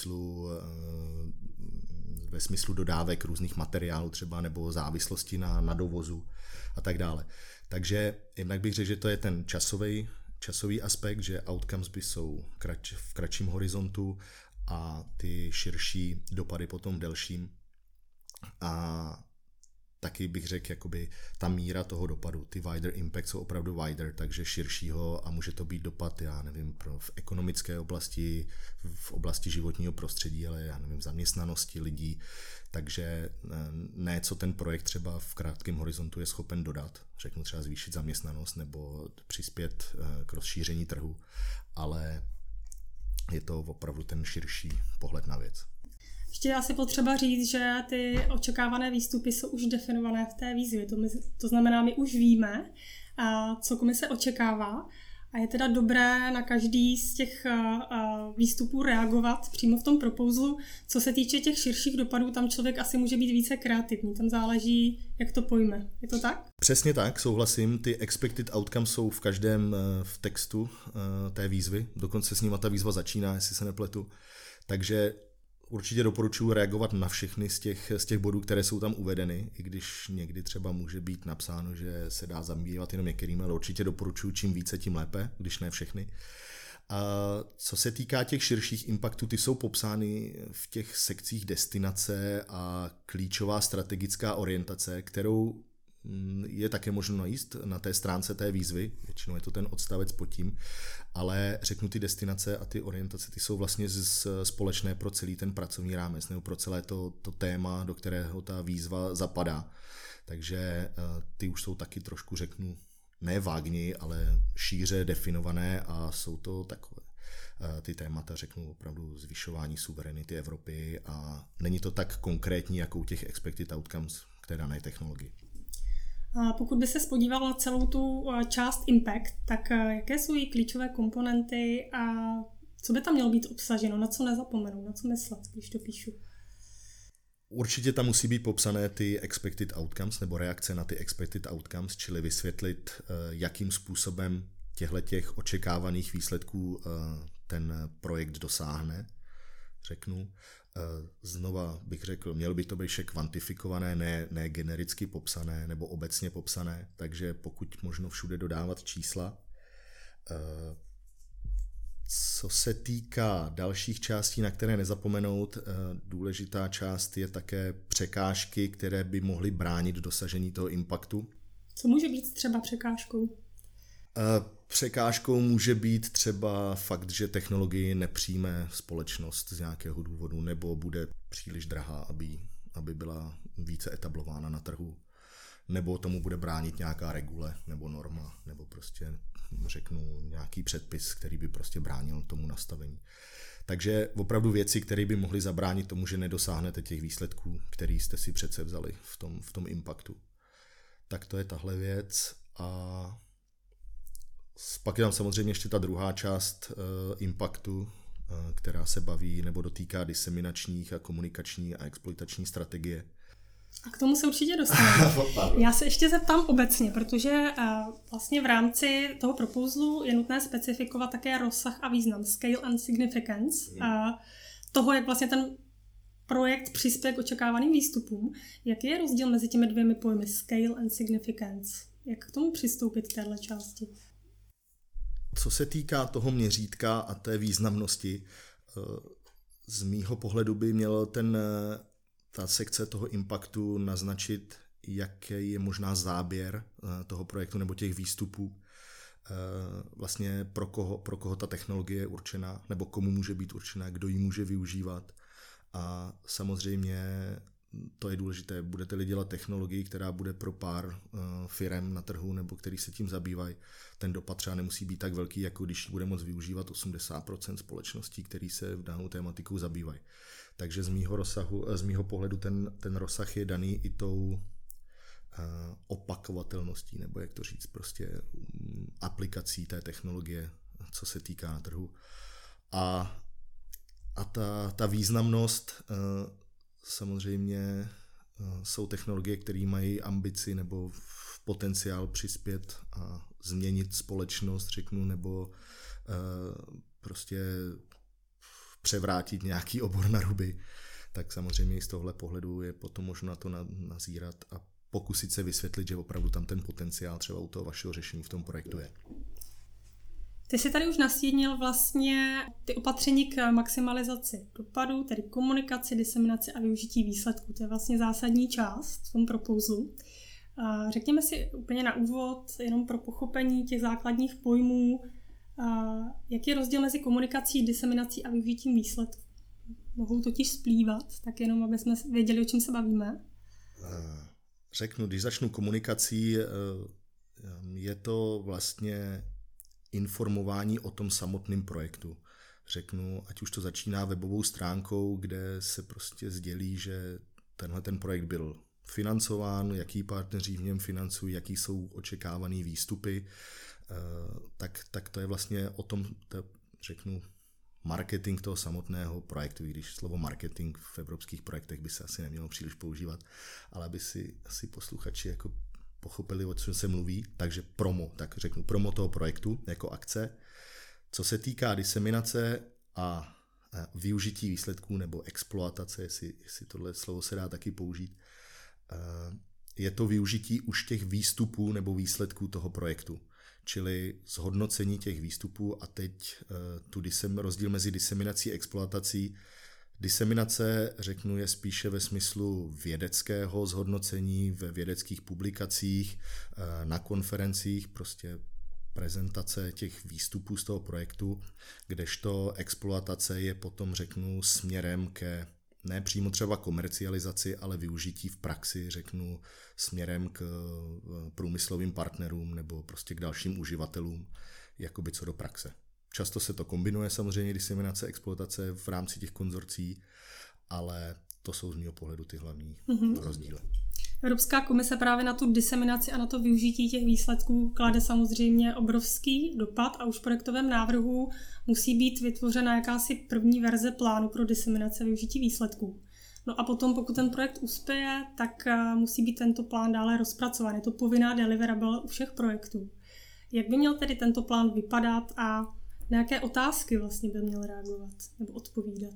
ve smyslu dodávek různých materiálů třeba nebo závislosti na dovozu a tak dále. Takže jednak bych řekl, že to je ten časový aspekt, že outcomes by jsou v kratším horizontu a ty širší dopady potom v delším. A taky bych řekl, jakoby ta míra toho dopadu, ty wider impact jsou opravdu wider, takže širšího a může to být dopad, v ekonomické oblasti, v oblasti životního prostředí, ale v zaměstnanosti lidí, takže ne, co ten projekt třeba v krátkém horizontu je schopen dodat, řeknu třeba zvýšit zaměstnanost nebo přispět k rozšíření trhu, ale je to opravdu ten širší pohled na věc. Ještě je asi potřeba říct, že ty očekávané výstupy jsou už definované v té výzvě. To znamená, my už víme, co komise očekává a je teda dobré na každý z těch výstupů reagovat přímo v tom propouzlu. Co se týče těch širších dopadů, tam člověk asi může být více kreativní. Tam záleží, jak to pojme. Je to tak? Přesně tak, souhlasím. Ty expected outcomes jsou v každém v textu té výzvy. Dokonce s nima ta výzva začíná, jestli se nepletu. Takže určitě doporučuji reagovat na všechny z těch bodů, které jsou tam uvedeny, i když někdy třeba může být napsáno, že se dá zabývat jenom některými, ale určitě doporučuji čím více, tím lépe, když ne všechny. A co se týká těch širších impaktů, ty jsou popsány v těch sekcích destinace a klíčová strategická orientace, kterou je také možno najít na té stránce té výzvy, většinou je to ten odstavec pod tím, ale řeknu, ty destinace a ty orientace, ty jsou vlastně společné pro celý ten pracovní rámec, nebo pro celé to téma, do kterého ta výzva zapadá. Takže ty už jsou taky trošku, řeknu, ne vágní, ale šíře definované a jsou to takové ty témata, řeknu, opravdu zvyšování suverenity Evropy a není to tak konkrétní, jako u těch expected outcomes k té dané technologii. A pokud by se spodíval na celou tu část impact, tak jaké jsou její klíčové komponenty a co by tam mělo být obsaženo, na co nezapomenu, na co myslet, když to píšu? Určitě tam musí být popsané ty expected outcomes nebo reakce na ty expected outcomes, čili vysvětlit, jakým způsobem těch očekávaných výsledků ten projekt dosáhne, řeknu. Znova bych řekl, mělo by to být vše kvantifikované, ne genericky popsané nebo obecně popsané, takže pokud možno všude dodávat čísla. Co se týká dalších částí, na které nezapomenout, důležitá část je také překážky, které by mohly bránit dosažení toho impaktu. Co může být třeba překážkou? Překážkou může být třeba fakt, že technologii nepřijme společnost z nějakého důvodu nebo bude příliš drahá, aby byla více etablována na trhu. Nebo tomu bude bránit nějaká regule nebo norma, nebo prostě řeknu nějaký předpis, který by prostě bránil tomu nastavení. Takže opravdu věci, které by mohly zabránit tomu, že nedosáhnete těch výsledků, který jste si přece vzali v tom impaktu. Tak to je tahle věc. A pak je tam samozřejmě ještě ta druhá část impaktu, která se baví nebo dotýká diseminačních a komunikační a exploitační strategie. A k tomu se určitě dostaneme. Já se ještě zeptám obecně, protože vlastně v rámci toho proposlu je nutné specifikovat také rozsah a význam, scale and significance, toho, jak vlastně ten projekt přispěje k očekávaným výstupům. Jaký je rozdíl mezi těmi dvěmi pojmy, scale and significance? Jak k tomu přistoupit v téhle části? Co se týká toho měřítka a té významnosti, z mýho pohledu by měl ta sekce toho impaktu naznačit, jaký je možná záběr toho projektu nebo těch výstupů, vlastně pro koho ta technologie je určená, nebo komu může být určená, kdo ji může využívat. A samozřejmě to je důležité, budete-li dělat technologii, která bude pro pár firem na trhu nebo který se tím zabývají, ten dopad třeba nemusí být tak velký, jako když bude moct využívat 80% společností, který se v danou tématikou zabývají. Takže z mýho pohledu ten rozsah je daný i tou opakovatelností, nebo jak to říct, prostě aplikací té technologie, co se týká na trhu. A ta významnost samozřejmě jsou technologie, které mají ambici nebo potenciál přispět a změnit společnost, řeknu, nebo prostě převrátit nějaký obor na ruby, tak samozřejmě i z tohle pohledu je potom možno na to nazírat a pokusit se vysvětlit, že opravdu tam ten potenciál třeba u toho vašeho řešení v tom projektu je. Ty jsi tady už nastínil vlastně ty opatření k maximalizaci dopadů, tedy komunikaci, diseminaci a využití výsledků. To je vlastně zásadní část v tom proposlu. Řekněme si úplně na úvod, jenom pro pochopení těch základních pojmů, jaký je rozdíl mezi komunikací, diseminací a využitím výsledků. Mohou totiž splývat, tak jenom, aby jsme věděli, o čem se bavíme. Řeknu, když začnu komunikací, je to vlastně informování o tom samotném projektu. Řeknu, ať už to začíná webovou stránkou, kde se prostě sdělí, že ten projekt byl financován, jaký partneři v něm financují, jaký jsou očekávaný výstupy, tak to je vlastně o tom, řeknu, marketing toho samotného projektu, i když slovo marketing v evropských projektech by se asi nemělo příliš používat, ale aby si asi posluchači jako pochopili, o čem se mluví, takže promo toho projektu jako akce. Co se týká diseminace a využití výsledků nebo exploatace, jestli tohle slovo se dá taky použít, je to využití už těch výstupů nebo výsledků toho projektu. čili zhodnocení těch výstupů a teď rozdíl mezi diseminací a exploatací. Diseminace, řeknu, je spíše ve smyslu vědeckého zhodnocení ve vědeckých publikacích, na konferencích, prostě prezentace těch výstupů z toho projektu, kdežto exploatace je potom, řeknu, směrem ke ne přímo třeba komercializaci, ale využití v praxi, řeknu, směrem k průmyslovým partnerům nebo prostě k dalším uživatelům, jakoby co do praxe. Často se to kombinuje samozřejmě diseminace, exploatace v rámci těch konzorcí, ale to jsou z mého pohledu ty hlavní rozdíly. Evropská komise právě na tu diseminaci a na to využití těch výsledků klade samozřejmě obrovský dopad a už v projektovém návrhu musí být vytvořena jakási první verze plánu pro diseminaci a využití výsledků. No a potom, pokud ten projekt uspěje, tak musí být tento plán dále rozpracován. Je to povinná deliverable u všech projektů. Jak by měl tedy tento plán vypadat a na jaké otázky vlastně by měl reagovat nebo odpovídat?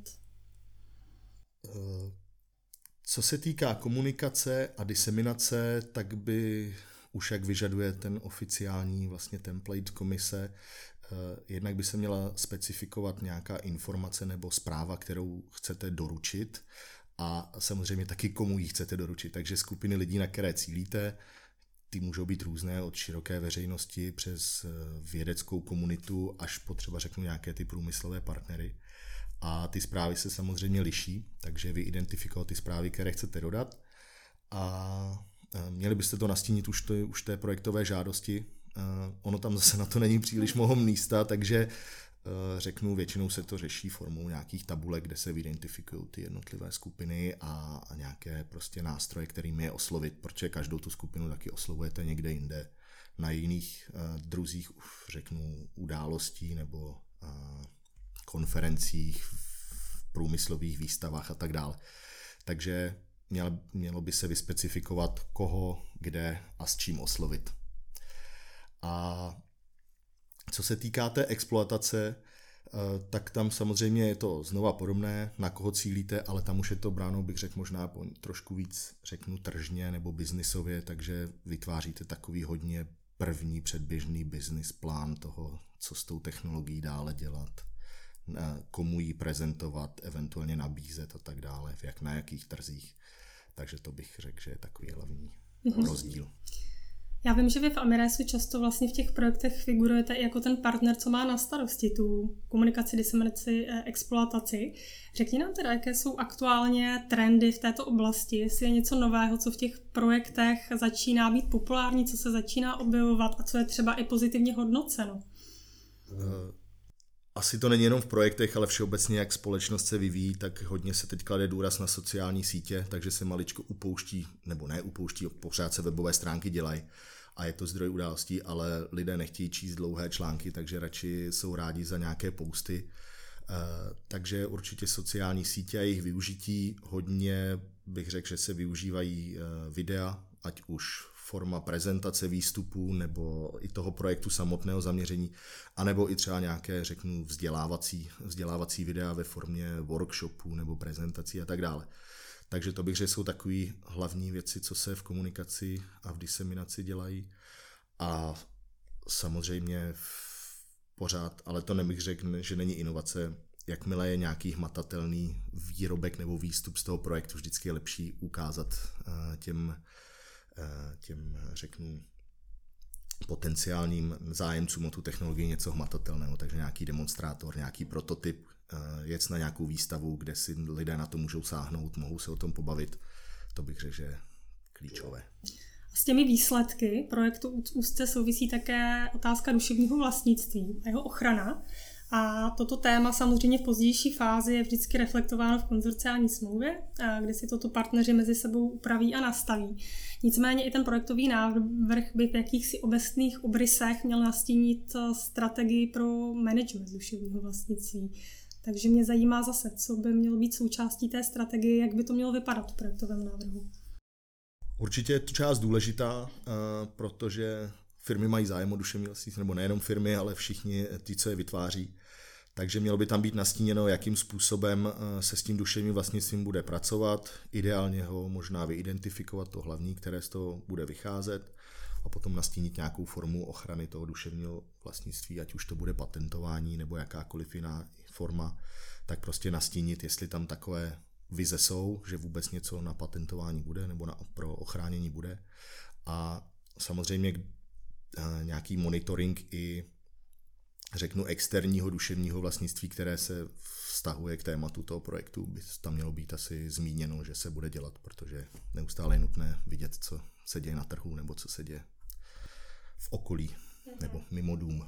Co se týká komunikace a diseminace, tak by už jak vyžaduje ten oficiální vlastně template komise, jednak by se měla specifikovat nějaká informace nebo zpráva, kterou chcete doručit a samozřejmě taky komu ji chcete doručit. Takže skupiny lidí, na které cílíte, ty můžou být různé od široké veřejnosti přes vědeckou komunitu až po třeba řeknu nějaké ty průmyslové partnery. A ty zprávy se samozřejmě liší, takže vy identifikovat ty zprávy, které chcete dodat a měli byste to nastínit už té projektové žádosti. Ono tam zase na to není příliš mnoho místa, takže řeknu, většinou se to řeší formou nějakých tabulek, kde se identifikují ty jednotlivé skupiny a nějaké prostě nástroje, kterými je oslovit, protože každou tu skupinu taky oslovujete někde jinde, na jiných druzích, řeknu, událostí nebo konferencích, v průmyslových výstavách a tak dále. Takže mělo by se vyspecifikovat, koho, kde a s čím oslovit. A co se týká té exploatace, tak tam samozřejmě je to znova podobné, na koho cílíte, ale tam už je to bráno, bych řekl, možná trošku víc, řeknu, tržně nebo biznisově, takže vytváříte takový hodně první předběžný business plán toho, co s tou technologií dále dělat, komu ji prezentovat, eventuálně nabízet a tak dále, na jakých trzích. Takže to bych řekl, že je takový hlavní rozdíl. Já vím, že vy v Amiresu často vlastně v těch projektech figurujete i jako ten partner, co má na starosti tu komunikaci, diseminaci, exploataci. Řekni nám teda, jaké jsou aktuálně trendy v této oblasti, jestli je něco nového, co v těch projektech začíná být populární, co se začíná objevovat a co je třeba i pozitivně hodnoceno. Asi to není jenom v projektech, ale všeobecně jak společnost se vyvíjí, tak hodně se teď klade důraz na sociální sítě, takže se maličko upouští, nebo ne upouští, pořád se webové stránky dělají a je to zdroj událostí, ale lidé nechtějí číst dlouhé články, takže radši jsou rádi za nějaké posty. Takže určitě sociální sítě a jejich využití hodně, bych řekl, že se využívají videa, ať už forma prezentace výstupů nebo i toho projektu samotného zaměření, anebo i třeba nějaké, řeknu, vzdělávací videa ve formě workshopů nebo prezentací a tak dále. Takže to bych řekl, jsou takové hlavní věci, co se v komunikaci a v diseminaci dělají. A samozřejmě pořád, ale to nebych řekl, že není inovace. Jakmile je nějaký hmatatelný výrobek nebo výstup z toho projektu, vždycky je lepší ukázat těm řeknu, potenciálním zájemcům o tu technologii něco hmatatelného, takže nějaký demonstrátor, nějaký prototyp, jet na nějakou výstavu, kde si lidé na to můžou sáhnout, mohou se o tom pobavit, to bych řekl, že je klíčové. S těmi výsledky projektu úzce souvisí také otázka duševního vlastnictví a jeho ochrana. A toto téma samozřejmě v pozdější fázi je vždycky reflektováno v konzorciální smlouvě, kde si toto partneři mezi sebou upraví a nastaví. Nicméně i ten projektový návrh by v jakýchsi obecných obrysech měl nastínit strategii pro management duševního vlastnictví. Takže mě zajímá zase, co by mělo být součástí té strategie, jak by to mělo vypadat v projektovém návrhu. Určitě je to část důležitá, protože firmy mají zájem o duševní vlastnictví, nebo nejenom firmy, ale všichni ty, co je vytváří. Takže mělo by tam být nastíněno, jakým způsobem se s tím duševním vlastnictvím bude pracovat, ideálně ho možná vyidentifikovat, to hlavní, které z toho bude vycházet. a potom nastínit nějakou formu ochrany toho duševního vlastnictví, ať už to bude patentování nebo jakákoliv jiná forma, tak prostě nastínit, jestli tam takové vize jsou, že vůbec něco na patentování bude nebo pro ochránění bude. A samozřejmě nějaký monitoring i řeknu externího duševního vlastnictví, které se vztahuje k tématu toho projektu, by tam mělo být asi zmíněno, že se bude dělat, protože neustále je nutné vidět, co se děje na trhu nebo co se děje v okolí nebo mimo dům.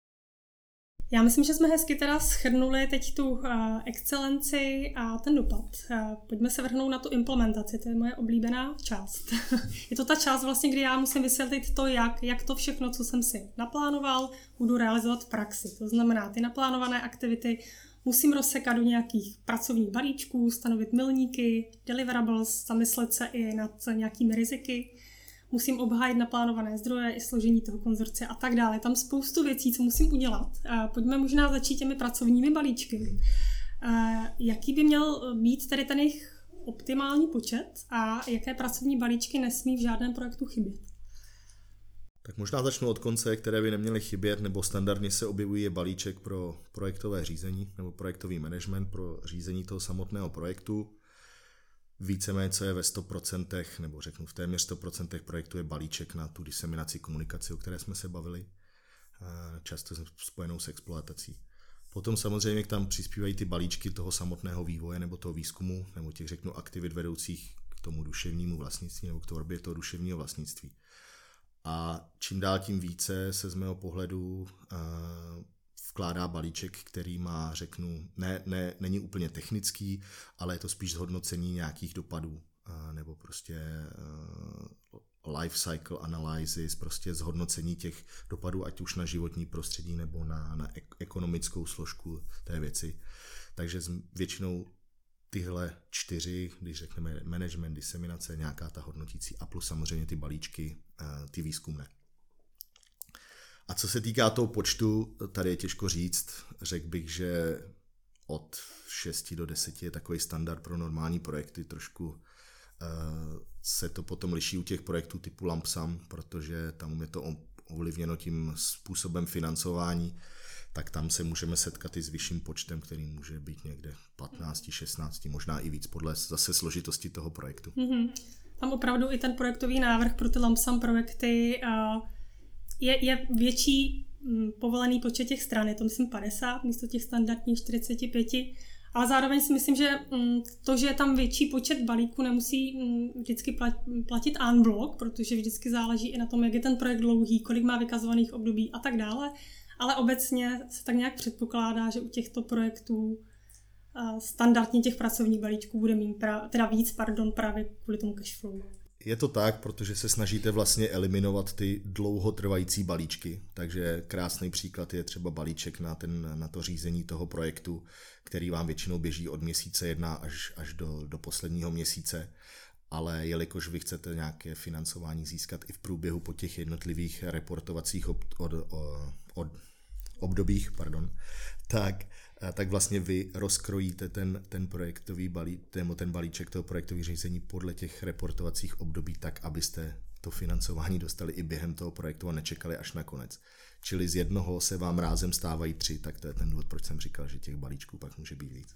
Já myslím, že jsme hezky teda shrnuli teď tu excelenci a ten dopad. Pojďme se vrhnout na tu implementaci, to je moje oblíbená část. Je to ta část vlastně, kdy já musím vysvětlit to, jak to všechno, co jsem si naplánoval, budu realizovat v praxi. To znamená, ty naplánované aktivity musím rozsekat do nějakých pracovních balíčků, stanovit milníky, deliverables, zamyslet se i nad nějakými riziky. Musím obhájit naplánované zdroje i složení toho konzorcia a tak dále. Tam spoustu věcí, co musím udělat. Pojďme možná začít těmi pracovními balíčky. Jaký by měl být tedy ten jejich optimální počet a jaké pracovní balíčky nesmí v žádném projektu chybět? Tak možná začnu od konce, které by neměly chybět, nebo standardně se objevují balíček pro projektové řízení nebo projektový management pro řízení toho samotného projektu. Víceméně, co je ve 100%, nebo řeknu v téměř 100% projektu je balíček na tu diseminaci komunikaci, o které jsme se bavili, často spojenou s exploatací. Potom samozřejmě tam přispívají ty balíčky toho samotného vývoje nebo toho výzkumu, nebo těch řeknu aktivit vedoucích k tomu duševnímu vlastnictví nebo k tvorbě toho duševního vlastnictví. A čím dál tím více se z mého pohledu vkládá balíček, který má, řeknu, není úplně technický, ale je to spíš zhodnocení nějakých dopadů nebo prostě life cycle analysis, prostě zhodnocení těch dopadů, ať už na životní prostředí nebo na ekonomickou složku té věci. Takže většinou tyhle 4, když řekneme management, diseminace, nějaká ta hodnotící a plus samozřejmě ty balíčky, ty výzkumné. A co se týká toho počtu, tady je těžko říct. Řekl bych, že od 6 do 10 je takový standard pro normální projekty. Trošku se to potom liší u těch projektů typu lump sum, protože tam je to ovlivněno tím způsobem financování, tak tam se můžeme setkat i s vyšším počtem, který může být někde 15, 16, možná i víc, podle zase složitosti toho projektu. Mm-hmm. Tam opravdu i ten projektový návrh pro ty lump sum projekty je větší povolený počet těch stran, je to myslím 50 místo těch standardních 45, ale zároveň si myslím, že to, že je tam větší počet balíků, nemusí vždycky platit en bloc, protože vždycky záleží i na tom, jak je ten projekt dlouhý, kolik má vykazovaných období a tak dále, ale obecně se tak nějak předpokládá, že u těchto projektů standardně těch pracovních balíčků bude mít víc právě kvůli tomu cashflow. Je to tak, protože se snažíte vlastně eliminovat ty dlouhotrvající balíčky, takže krásný příklad je třeba balíček na to řízení toho projektu, který vám většinou běží od měsíce 1 až do posledního měsíce, ale jelikož vy chcete nějaké financování získat i v průběhu po těch jednotlivých reportovacích obdobích, tak vlastně vy rozkrojíte ten projektový ten balíček toho projektového řízení podle těch reportovacích období tak, abyste to financování dostali i během toho projektu a nečekali až na konec. Čili z jednoho se vám rázem stávají 3, tak to je ten důvod, proč jsem říkal, že těch balíčků pak může být víc.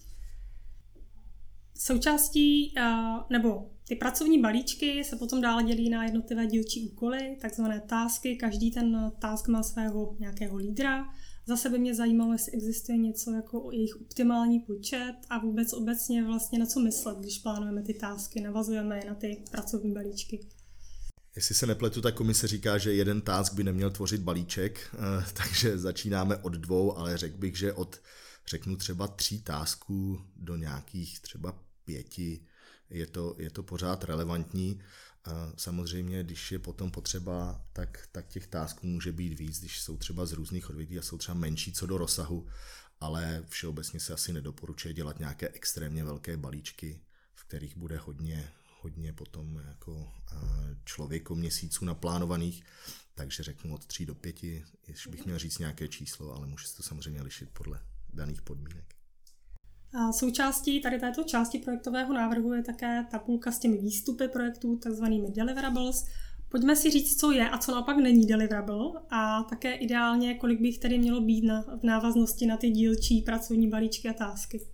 Součástí, nebo ty pracovní balíčky se potom dále dělí na jednotlivé dílčí úkoly, takzvané tasky. Každý ten task má svého nějakého lídra. Zase by mě zajímalo, jestli existuje něco jako jejich optimální počet a vůbec obecně vlastně na co myslet, když plánujeme ty tasky, navazujeme na ty pracovní balíčky. Jestli se nepletu, tak komise říká, že jeden task by neměl tvořit balíček, takže začínáme od 2, ale řekl bych, že řeknu třeba 3 tasků do nějakých třeba 5 je to pořád relevantní. Samozřejmě, když je potom potřeba, tak těch tasků může být víc, když jsou třeba z různých odvětví a jsou třeba menší co do rozsahu, ale všeobecně se asi nedoporučuje dělat nějaké extrémně velké balíčky, v kterých bude hodně potom jako člověko měsíců naplánovaných, takže řeknu od 3 do 5, jestli bych měl říct nějaké číslo, ale může se to samozřejmě lišit podle daných podmínek. A součástí tady této části projektového návrhu je také tabulka s těmi výstupy projektů, takzvanými deliverables. Pojďme si říct, co je a co naopak není deliverable a také ideálně, kolik by jich tedy mělo být v návaznosti na ty dílčí pracovní balíčky a tásky.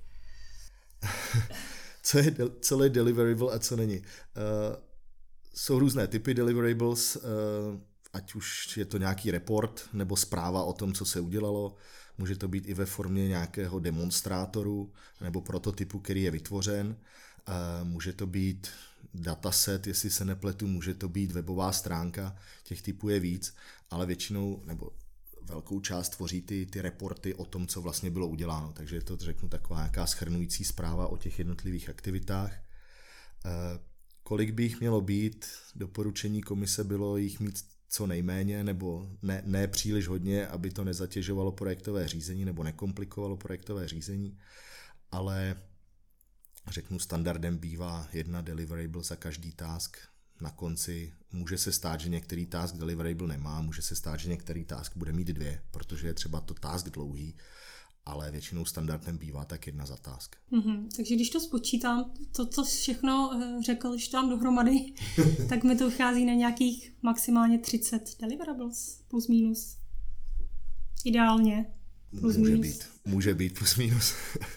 Co je deliverable a co není? Jsou různé typy deliverables, ať už je to nějaký report nebo zpráva o tom, co se udělalo. Může to být i ve formě nějakého demonstrátoru nebo prototypu, který je vytvořen. Může to být dataset, jestli se nepletu, může to být webová stránka, těch typů je víc, ale většinou nebo velkou část tvoří ty reporty o tom, co vlastně bylo uděláno. Takže je to, řeknu, taková nějaká shrnující zpráva o těch jednotlivých aktivitách. Kolik by jich mělo být? Doporučení komise bylo jich mít co nejméně, nebo ne příliš hodně, aby to nezatěžovalo projektové řízení nebo nekomplikovalo projektové řízení, ale řeknu, standardem bývá 1 deliverable za každý task. Na konci může se stát, že některý task deliverable nemá, může se stát, že některý task bude mít 2, protože je třeba to task dlouhý, ale většinou standardem bývá tak 1 za task. Takže když to spočítám, to, co všechno řekl, když to dám dohromady, tak mi to vychází na nějakých maximálně 30 deliverables, plus minus. Ideálně. Plus Může být plus minus.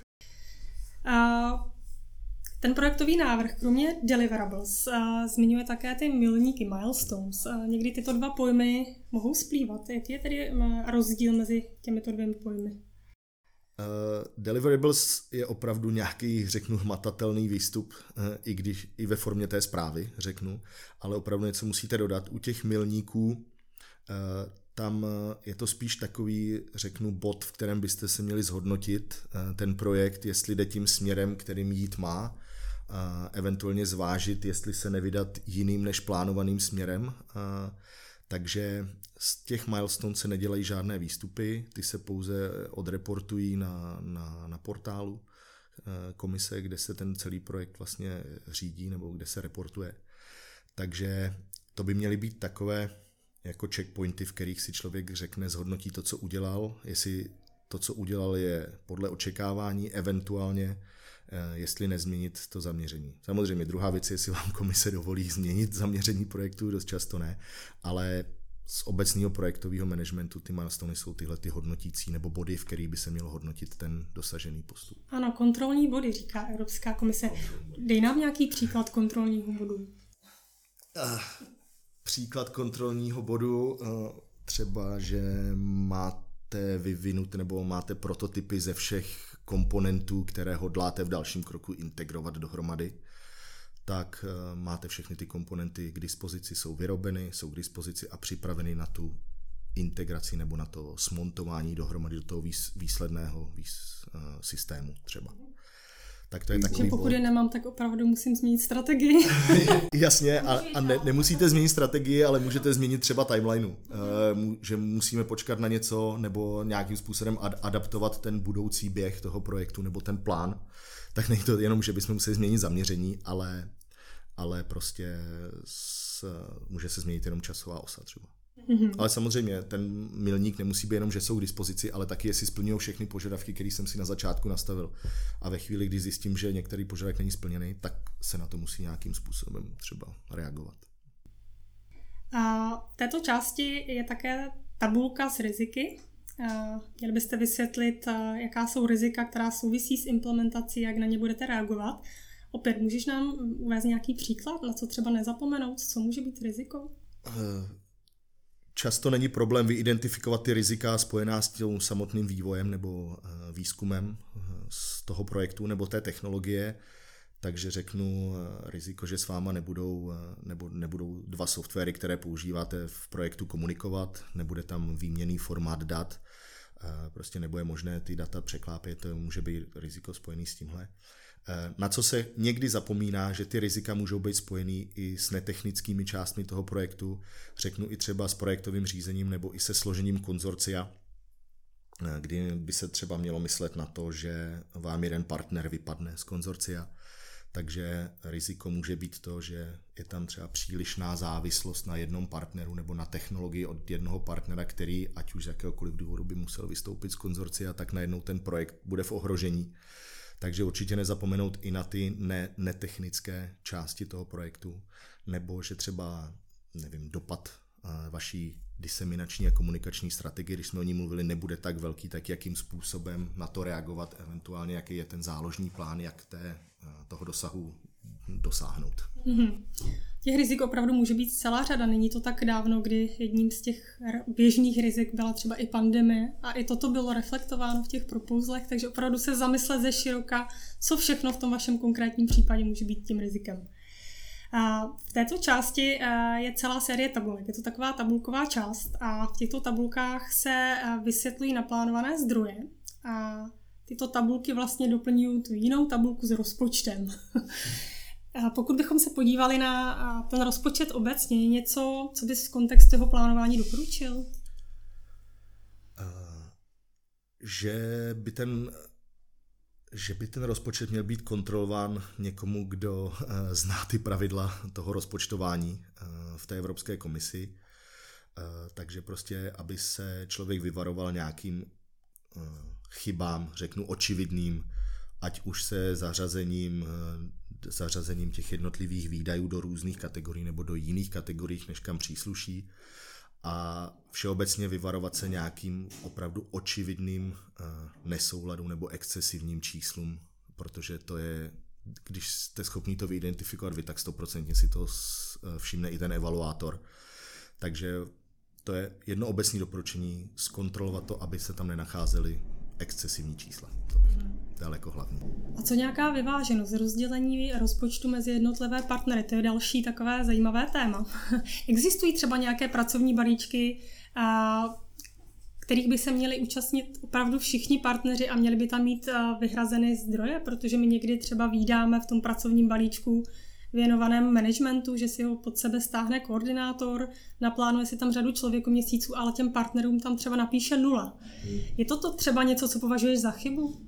Ten projektový návrh, kromě deliverables, zmiňuje také ty milníky, milestones. Někdy tyto 2 pojmy mohou splývat. Jaký je tedy rozdíl mezi těmito 2 pojmy? Deliverables je opravdu nějaký, řeknu, hmatatelný výstup, i ve formě té zprávy, řeknu, ale opravdu něco musíte dodat. U těch milníků tam je to spíš takový, řeknu, bod, v kterém byste se měli zhodnotit ten projekt, jestli jde tím směrem, kterým jít má, eventuálně zvážit, jestli se nevydat jiným než plánovaným směrem. Takže z těch milestones se nedělají žádné výstupy, ty se pouze odreportují na portálu komise, kde se ten celý projekt vlastně řídí nebo kde se reportuje. Takže to by měly být takové jako checkpointy, v kterých si člověk řekne, zhodnotí to, co udělal, jestli to, co udělal, je podle očekávání, eventuálně jestli nezměnit to zaměření. Samozřejmě druhá věc je, jestli vám komise dovolí změnit zaměření projektu, dost často ne, ale z obecného projektového managementu ty milestones jsou tyhle ty hodnotící nebo body, v kterých by se mělo hodnotit ten dosažený postup. Ano, kontrolní body, říká Evropská komise. Dej nám nějaký příklad kontrolního bodu. Příklad kontrolního bodu, třeba, že máte vyvinut nebo máte prototypy ze všech komponentů, které hodláte v dalším kroku integrovat dohromady, tak máte všechny ty komponenty k dispozici, jsou vyrobeny, jsou k dispozici a připraveny na tu integraci nebo na to smontování dohromady do toho výsledného systému třeba. Tak to je takový že pokud je nemám, tak opravdu musím změnit strategii. Jasně, a nemusíte změnit strategii, ale můžete změnit třeba timelineu. Že musíme počkat na něco nebo nějakým způsobem adaptovat ten budoucí běh toho projektu nebo ten plán. Tak není to jenom, že bychom museli změnit zaměření, ale prostě může se změnit jenom časová osa třeba. Mm-hmm. Ale samozřejmě ten milník nemusí být jenom, že jsou k dispozici, ale taky jestli splňují všechny požadavky, které jsem si na začátku nastavil. A ve chvíli, kdy zjistím, že některý požadavek není splněný, tak se na to musí nějakým způsobem třeba reagovat. A v této části je také tabulka s riziky. Měli byste vysvětlit, jaká jsou rizika, která souvisí s implementací, jak na ně budete reagovat. Opět, můžeš nám uvést nějaký příklad, na co třeba nezapomenout, co může být riziko? Často není problém vyidentifikovat ty rizika spojená s tím samotným vývojem nebo výzkumem z toho projektu nebo té technologie, takže řeknu riziko, že s váma nebudou 2 softwary, které používáte v projektu komunikovat, nebude tam výměnný formát dat, prostě nebude možné ty data překlápět, to může být riziko spojený s tímhle. Na co se někdy zapomíná, že ty rizika můžou být spojený i s netechnickými částmi toho projektu, řeknu i třeba s projektovým řízením nebo i se složením konzorcia, kdy by se třeba mělo myslet na to, že vám jeden partner vypadne z konzorcia, takže riziko může být to, že je tam třeba přílišná závislost na jednom partneru nebo na technologii od jednoho partnera, který ať už z jakéhokoliv důvodu by musel vystoupit z konzorcia, tak najednou ten projekt bude v ohrožení. Takže určitě nezapomenout i na ty netechnické části toho projektu, nebo že třeba dopad vaší diseminační a komunikační strategie, když jsme o ní mluvili, nebude tak velký, tak jakým způsobem na to reagovat, eventuálně jaký je ten záložní plán, jak toho dosahu dosáhnout. Těch rizik opravdu může být celá řada. Není to tak dávno, kdy jedním z těch běžných rizik byla třeba i pandemie a i toto bylo reflektováno v těch propouzlech, takže opravdu se zamyslet ze široka, co všechno v tom vašem konkrétním případě může být tím rizikem. V této části je celá série tabulek. Je to taková tabulková část a v těchto tabulkách se vysvětlují naplánované zdroje a tyto tabulky vlastně doplňují tu jinou tabulku s rozpočtem. Pokud bychom se podívali na ten rozpočet obecně, je něco, co bys v kontextu toho plánování doporučil? Že by ten rozpočet měl být kontrolován někomu, kdo zná ty pravidla toho rozpočtování v té Evropské komisi. Takže prostě, aby se člověk vyvaroval nějakým chybám, řeknu očividným, ať už se zařazením těch jednotlivých výdajů do různých kategorií nebo do jiných kategorií, než kam přísluší. A všeobecně vyvarovat se nějakým opravdu očividným nesouladům nebo excesivním číslům, protože to je, když jste schopni to vyidentifikovat vy, tak 100% si to všimne i ten evaluátor. Takže to je jedno obecné doporučení, zkontrolovat to, aby se tam nenacházely excesivní čísla. To bych daleko hlavní. A co nějaká vyváženost, rozdělení rozpočtu mezi jednotlivé partnery? To je další takové zajímavé téma. Existují třeba nějaké pracovní balíčky, kterých by se měli účastnit opravdu všichni partneři a měli by tam mít vyhrazeny zdroje, protože my někdy třeba vídáme v tom pracovním balíčku věnovaném managementu, že si ho pod sebe stáhne koordinátor, naplánuje si tam řadu člověkoměsíců, ale těm partnerům tam třeba napíše 0. Je to třeba něco, co považuješ za chybu?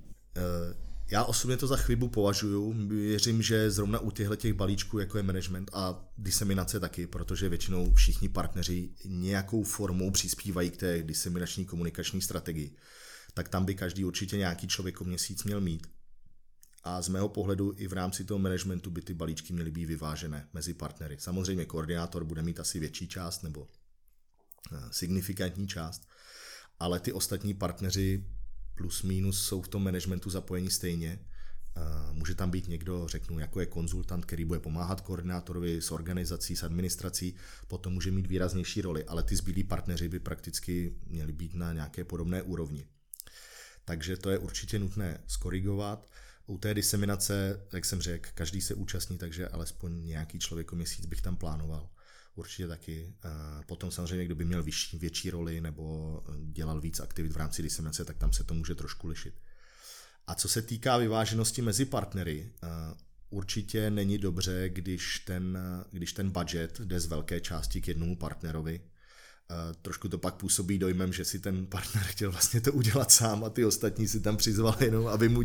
Já osobně to za chybu považuji. Věřím, že zrovna u těchto balíčků, jako je management a diseminace taky, protože většinou všichni partneři nějakou formou přispívají k té diseminační komunikační strategii, tak tam by každý určitě nějaký člověkoměsíc měl mít. A z mého pohledu i v rámci toho managementu by ty balíčky měly být vyvážené mezi partnery. Samozřejmě koordinátor bude mít asi větší část nebo signifikantní část, ale ty ostatní partneři plus minus jsou v tom managementu zapojení stejně. Může tam být někdo, řeknu, jako je konzultant, který bude pomáhat koordinátorovi s organizací, s administrací, potom může mít výraznější roli, ale ty zbylí partneři by prakticky měli být na nějaké podobné úrovni. Takže to je určitě nutné skorigovat. U té diseminace, jak jsem řekl, každý se účastní, takže alespoň nějaký člověkoměsíc bych tam plánoval. Určitě taky. Potom samozřejmě, kdo by měl větší roli nebo dělal víc aktivit v rámci diseminace, tak tam se to může trošku lišit. A co se týká vyváženosti mezi partnery, určitě není dobře, když ten budget jde z velké části k jednomu partnerovi. Trošku to pak působí dojmem, že si ten partner chtěl vlastně to udělat sám a ty ostatní si tam přizvali jenom, aby mu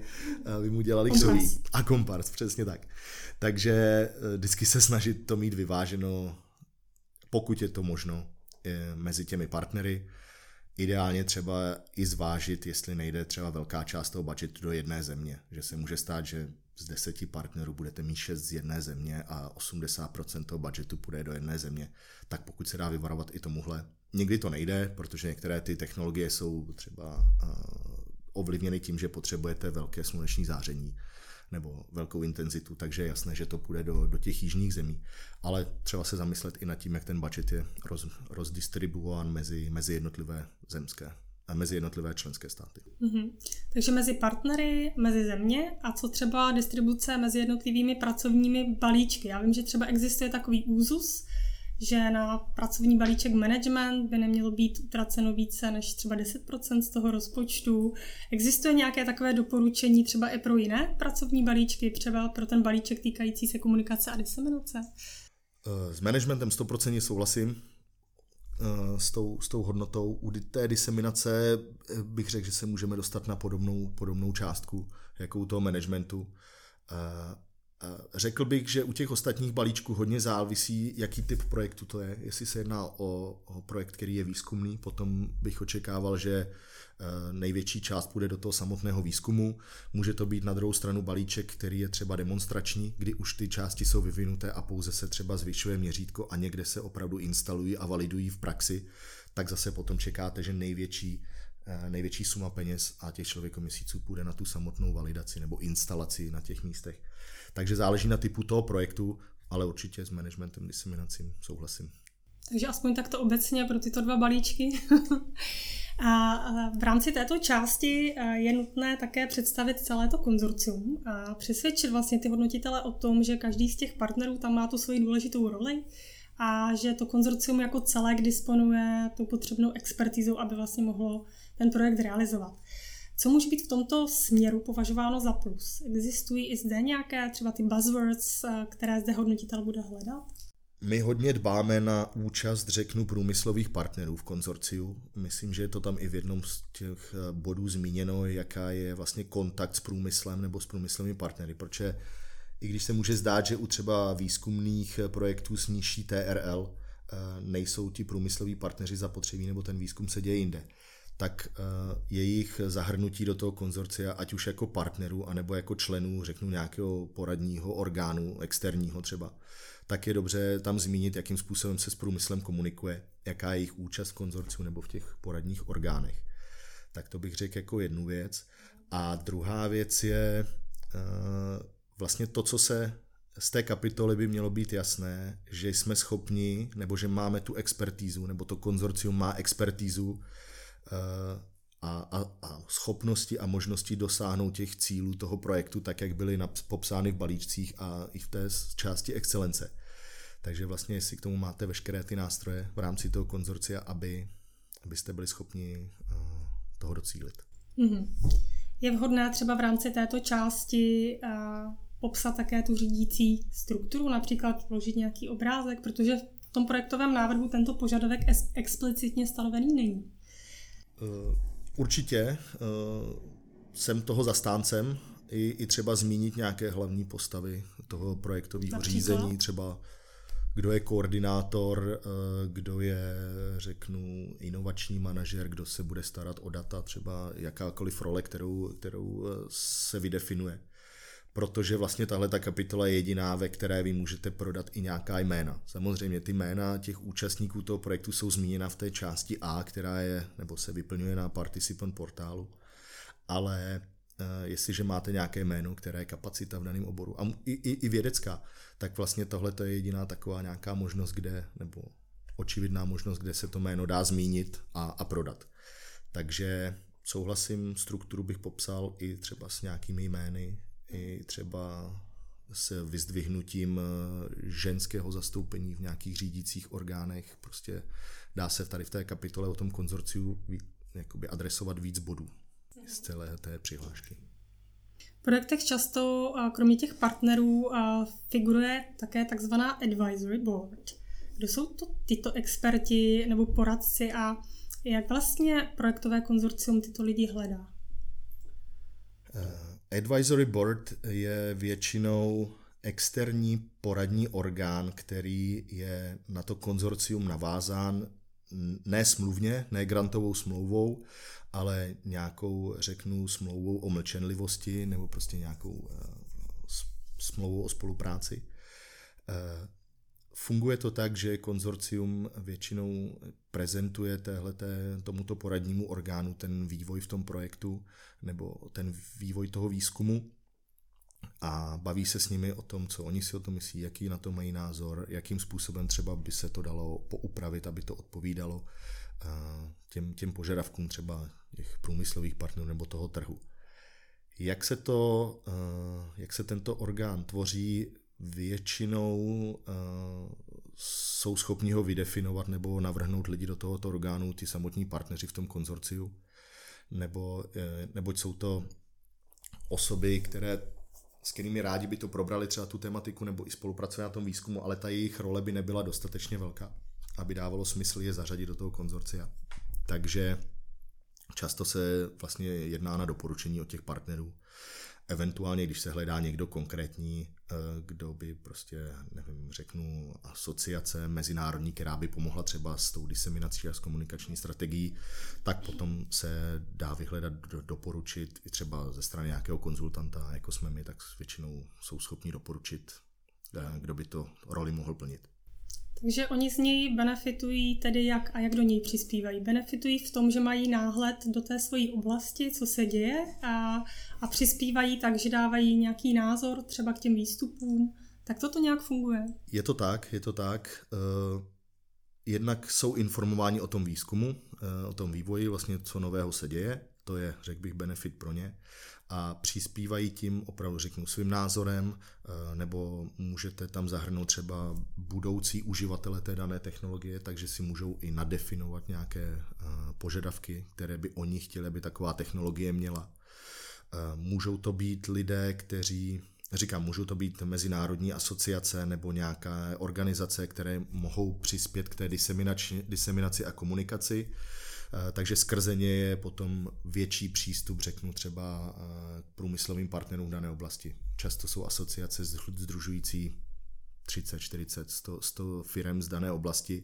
dělali křoví. A komparz, přesně tak. Takže vždycky se snažit to mít vyváženo, pokud je to možno, mezi těmi partnery. Ideálně třeba i zvážit, jestli nejde třeba velká část toho budgetu do jedné země. Že se může stát, že z 10 partnerů budete mít 6 z jedné země a 80% toho budgetu půjde do jedné země. Tak pokud se dá vyvarovat i tomuhle. Někdy to nejde, protože některé ty technologie jsou třeba ovlivněny tím, že potřebujete velké sluneční záření nebo velkou intenzitu, takže je jasné, že to půjde do těch jižních zemí. Ale třeba se zamyslet i nad tím, jak ten budget je rozdistribuován mezi jednotlivé zemské a mezi jednotlivé členské státy. Takže mezi partnery, mezi země a co třeba distribuce mezi jednotlivými pracovními balíčky. Já vím, že třeba existuje takový úzus, že na pracovní balíček management by nemělo být utraceno více než třeba 10% z toho rozpočtu. Existuje nějaké takové doporučení třeba i pro jiné pracovní balíčky, třeba pro ten balíček týkající se komunikace a diseminace? S managementem 100% souhlasím s tou hodnotou. U té diseminace bych řekl, že se můžeme dostat na podobnou částku jako u toho managementu. Řekl bych, že u těch ostatních balíčků hodně závisí, jaký typ projektu to je. Jestli se jedná o projekt, který je výzkumný, potom bych očekával, že největší část půjde do toho samotného výzkumu. Může to být na druhou stranu balíček, který je třeba demonstrační, kdy už ty části jsou vyvinuté a pouze se třeba zvyšuje měřítko a někde se opravdu instalují a validují v praxi, tak zase potom čekáte, že největší suma peněz a těch člověkoměsíců půjde na tu samotnou validaci nebo instalaci na těch místech. Takže záleží na typu toho projektu, ale určitě s managementem, diseminacím souhlasím. Takže aspoň takto obecně pro tyto dva balíčky. A v rámci této části je nutné také představit celé to konzorcium a přesvědčit vlastně ty hodnotitele o tom, že každý z těch partnerů tam má tu svoji důležitou roli a že to konzorcium jako celek disponuje tou potřebnou expertizou, aby vlastně mohlo ten projekt realizovat. Co může být v tomto směru považováno za plus? Existují i zde nějaké třeba ty buzzwords, které zde hodnotitel bude hledat? My hodně dbáme na účast, řeknu, průmyslových partnerů v konzorciu. Myslím, že je to tam i v jednom z těch bodů zmíněno, jaká je vlastně kontakt s průmyslem nebo s průmyslovými partnery, protože i když se může zdát, že u třeba výzkumných projektů s nižší TRL nejsou ti průmysloví partneři zapotřebí nebo ten výzkum se děje jinde, tak jejich zahrnutí do toho konzorcia, ať už jako partnerů, anebo jako členů, řeknu, nějakého poradního orgánu, externího třeba, tak je dobře tam zmínit, jakým způsobem se s průmyslem komunikuje, jaká je jejich účast v konzorciu nebo v těch poradních orgánech. Tak to bych řekl jako jednu věc. A druhá věc je vlastně to, co se z té kapitoly by mělo být jasné, že jsme schopni, nebo že máme tu expertízu, nebo to konzorcium má expertízu a schopnosti a možnosti dosáhnout těch cílů toho projektu, tak jak byly popsány v balíčcích a i v té části excelence. Takže vlastně, jestli k tomu máte veškeré ty nástroje v rámci toho konzorcia, abyste byli schopni toho docílit. Mm-hmm. Je vhodné třeba v rámci této části popsat také tu řídící strukturu, například vložit nějaký obrázek, protože v tom projektovém návrhu tento požadavek explicitně stanovený není. Určitě jsem toho zastáncem i třeba zmínit nějaké hlavní postavy toho projektového řízení, třeba kdo je koordinátor, kdo je, řeknu, inovační manažer, kdo se bude starat o data, třeba jakákoliv role, kterou se vydefinuje. Protože vlastně tahle ta kapitola je jediná, ve které vy můžete prodat i nějaká jména. Samozřejmě ty jména těch účastníků toho projektu jsou zmíněna v té části A, která je, nebo se vyplňuje na participant portálu, ale jestliže máte nějaké jméno, které je kapacita v daném oboru a i vědecká, tak vlastně tohle je jediná taková nějaká možnost, kde, nebo očividná možnost, kde se to jméno dá zmínit a prodat. Takže souhlasím, strukturu bych popsal i třeba s nějakými jmény, i třeba s vyzdvihnutím ženského zastoupení v nějakých řídících orgánech. Prostě dá se tady v té kapitole o tom konzorciu jakoby adresovat víc bodů z celé té přihlášky. V projektech často, kromě těch partnerů, figuruje také takzvaná advisory board. Kdo jsou to tyto experti nebo poradci a jak vlastně projektové konzorcium tyto lidi hledá? Advisory board je většinou externí poradní orgán, který je na to konzorcium navázán ne smluvně, ne grantovou smlouvou, ale nějakou, řeknu, smlouvou o mlčenlivosti nebo prostě nějakou smlouvou o spolupráci. Funguje to tak, že konzorcium většinou prezentuje tomuto poradnímu orgánu ten vývoj v tom projektu nebo ten vývoj toho výzkumu a baví se s nimi o tom, co oni si o tom myslí, jaký na to mají názor, jakým způsobem třeba by se to dalo poupravit, aby to odpovídalo těm požadavkům třeba těch průmyslových partnerů nebo toho trhu. Jak se tento orgán tvoří, většinou jsou schopni ho vydefinovat nebo navrhnout lidi do tohoto orgánu, ty samotní partneři v tom konzorciu, neboť jsou to osoby, s kterými rádi by to probrali třeba tu tematiku nebo i spolupracovali na tom výzkumu, ale ta jejich role by nebyla dostatečně velká, aby dávalo smysl je zařadit do toho konzorcia. Takže často se vlastně jedná na doporučení od těch partnerů. Eventuálně, když se hledá někdo konkrétní, kdo by prostě, nevím, řeknu, asociace mezinárodní, která by pomohla třeba s tou diseminací a s komunikační strategií, tak potom se dá vyhledat, doporučit i třeba ze strany nějakého konzultanta, jako jsme my, tak většinou jsou schopni doporučit, kdo by to roli mohl plnit. Takže oni z něj benefitují tedy jak do něj přispívají. Benefitují v tom, že mají náhled do té své oblasti, co se děje a přispívají tak, že dávají nějaký názor třeba k těm výstupům. Tak toto nějak funguje? Je to tak. Jednak jsou informováni o tom výzkumu, o tom vývoji, vlastně co nového se děje. To je, řekl bych, benefit pro ně. A přispívají tím opravdu, řeknu, svým názorem, nebo můžete tam zahrnout třeba budoucí uživatele té dané technologie, takže si můžou i nadefinovat nějaké požadavky, které by oni chtěli, aby taková technologie měla. Můžou to být lidé, kteří, můžou to být mezinárodní asociace nebo nějaké organizace, které mohou přispět k té diseminaci a komunikaci. Takže skrze ně je potom větší přístup, řeknu třeba k průmyslovým partnerům v dané oblasti. Často jsou asociace sdružující 30, 40, 100 firem z dané oblasti.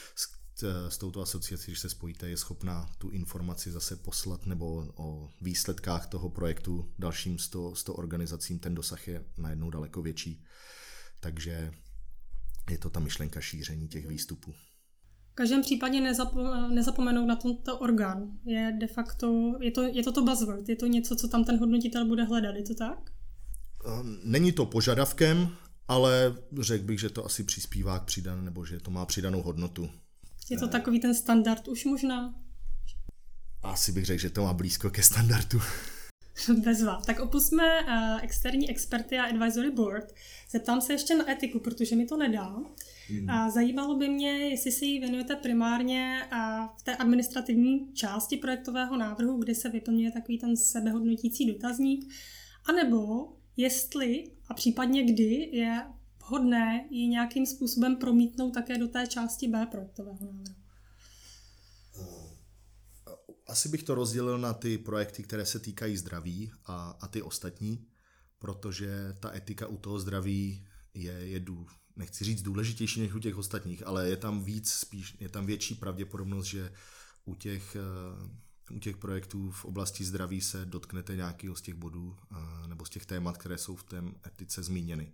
S touto asociací, když se spojíte, je schopná tu informaci zase poslat nebo o výsledkách toho projektu dalším 100 organizacím. Ten dosah je najednou daleko větší. Takže je to ta myšlenka šíření těch výstupů. V každém případě nezapomenout na tento orgán. Je de facto, je to buzzword, je to něco, co tam ten hodnotitel bude hledat, je to tak? Není to požadavkem, ale řekl bych, že to asi přispívá k nebo že to má přidanou hodnotu. Je to takový ten standard už možná? Asi bych řekl, že to má blízko ke standardu. Bezva. Tak opustíme externí experty a advisory board. Zeptám se ještě na etiku, protože mi to nedá. A zajímalo by mě, jestli se jí věnujete primárně v té administrativní části projektového návrhu, kde se vyplňuje takový ten sebehodnotící dotazník, anebo jestli a případně kdy je vhodné ji nějakým způsobem promítnout také do té části B projektového návrhu. Asi bych to rozdělil na ty projekty, které se týkají zdraví a ty ostatní, protože ta etika u toho zdraví je nechci říct důležitější než u těch ostatních, ale je tam větší pravděpodobnost, že u těch projektů v oblasti zdraví se dotknete nějakého z těch bodů nebo z těch témat, které jsou v té etice zmíněny.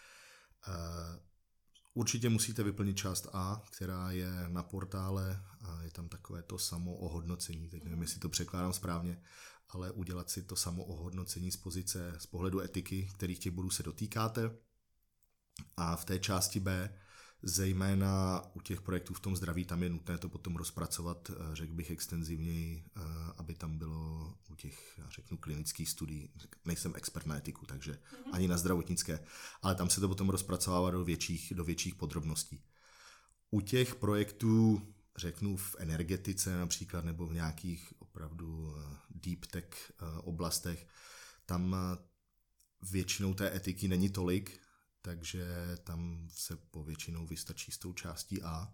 Určitě musíte vyplnit část A, která je na portále, a je tam takové to samoohodnocení, teď nevím, jestli to překládám správně, ale udělat si to samoohodnocení z pohledu etiky, kterých těch bodů se dotýkáte. A v té části B, zejména u těch projektů v tom zdraví, tam je nutné to potom rozpracovat, řekl bych, extenzivněji, aby tam bylo u těch, klinických studií, nejsem expert na etiku, takže ani na zdravotnické, ale tam se to potom rozpracovává do větších podrobností. U těch projektů, v energetice například, nebo v nějakých opravdu deep tech oblastech, tam většinou té etiky není tolik, takže tam se povětšinou vystačí s tou částí A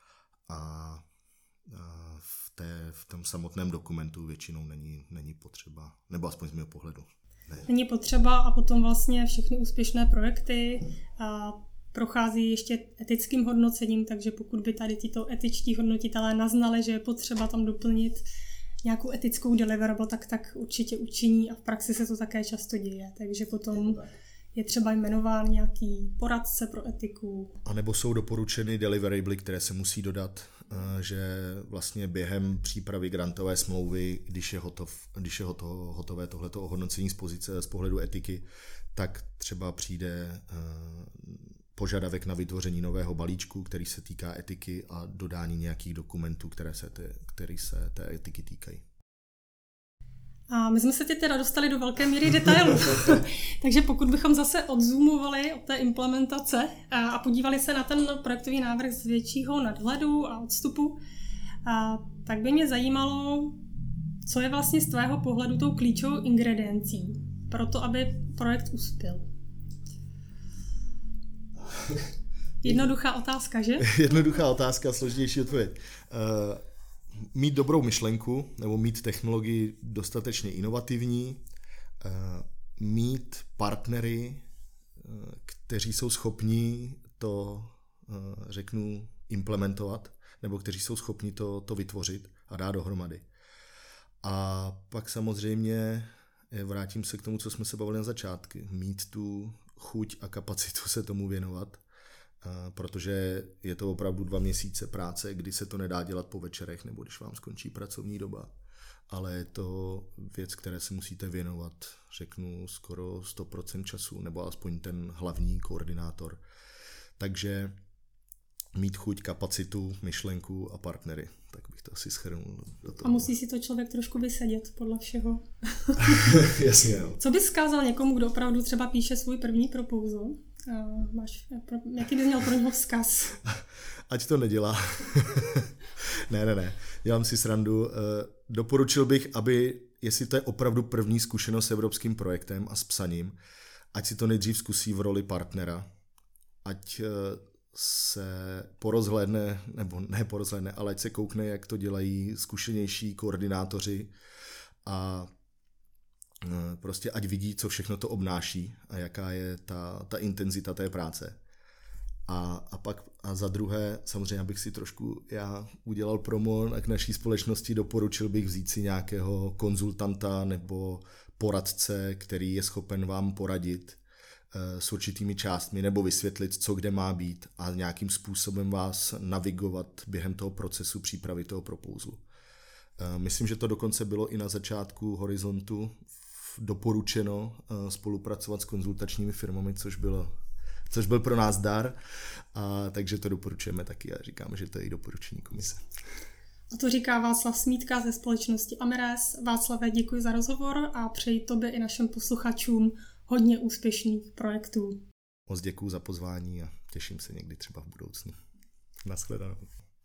v tom samotném dokumentu většinou není potřeba, nebo aspoň z mého pohledu. Není potřeba a potom vlastně všechny úspěšné projekty prochází ještě etickým hodnocením, takže pokud by tady tyto etičtí hodnotitelé naznali, že je potřeba tam doplnit nějakou etickou deliverable, tak určitě učiní a v praxi se to také často děje, takže potom je třeba jmenován nějaký poradce pro etiku. A nebo jsou doporučeny deliverable, které se musí dodat, že vlastně během přípravy grantové smlouvy, když je hotové tohleto ohodnocení z pohledu etiky, tak třeba přijde požadavek na vytvoření nového balíčku, který se týká etiky a dodání nějakých dokumentů, které se té etiky týkají. A my jsme se teď teda dostali do velké míry detailů. Takže pokud bychom zase odzoomovali od té implementace a podívali se na ten projektový návrh z většího nadhledu a odstupu, tak by mě zajímalo, co je vlastně z tvého pohledu tou klíčovou ingrediencí pro to, aby projekt uspěl. Jednoduchá otázka, že? Jednoduchá otázka, složitější odpověď. Mít dobrou myšlenku nebo mít technologii dostatečně inovativní, mít partnery, kteří jsou schopni to, řeknu, implementovat, nebo kteří jsou schopni to vytvořit a dát dohromady. A pak samozřejmě vrátím se k tomu, co jsme se bavili na začátku. Mít tu chuť a kapacitu se tomu věnovat, protože je to opravdu 2 měsíce práce, kdy se to nedá dělat po večerech nebo když vám skončí pracovní doba. Ale je to věc, které se musíte věnovat, řeknu, skoro 100% času, nebo alespoň ten hlavní koordinátor. Takže mít chuť, kapacitu, myšlenku a partnery. Tak bych to asi shrnul. A musí si to člověk trošku vysedět podle všeho. Jasně, jo. Co bys vzkázal někomu, kdo opravdu třeba píše svůj první proposal? Jaký bys měl pro něho vzkaz? Ať to nedělá. Ne. Dělám si srandu. Doporučil bych, jestli to je opravdu první zkušenost s evropským projektem a s psaním, ať si to nejdřív zkusí v roli partnera. Ať se porozhlédne, nebo ne porozhlédne, ale ať se koukne, jak to dělají zkušenější koordinátoři a prostě ať vidí, co všechno to obnáší a jaká je ta intenzita té práce. A za druhé, samozřejmě, abych si trošku já udělal promo k naší společnosti, doporučil bych vzít si nějakého konzultanta nebo poradce, který je schopen vám poradit s určitými částmi nebo vysvětlit, co kde má být a nějakým způsobem vás navigovat během toho procesu přípravy toho proposalu. Myslím, že to dokonce bylo i na začátku Horizontu doporučeno spolupracovat s konzultačními firmami, což byl pro nás dar, takže to doporučujeme taky a říkáme, že to je i doporučení komise. A to říká Václav Smítka ze společnosti Amires. Václave, děkuji za rozhovor a přeji tobě i našim posluchačům hodně úspěšných projektů. Moc děkuji za pozvání a těším se někdy třeba v budoucnu. Nashledanou.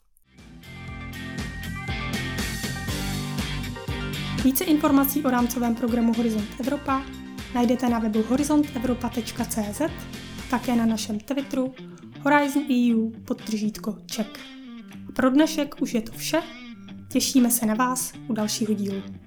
Více informací o rámcovém programu Horizont Evropa najdete na webu horizontevropa.cz, také na našem Twitteru HorizonEU_Czech. Pro dnešek už je to vše, těšíme se na vás u dalšího dílu.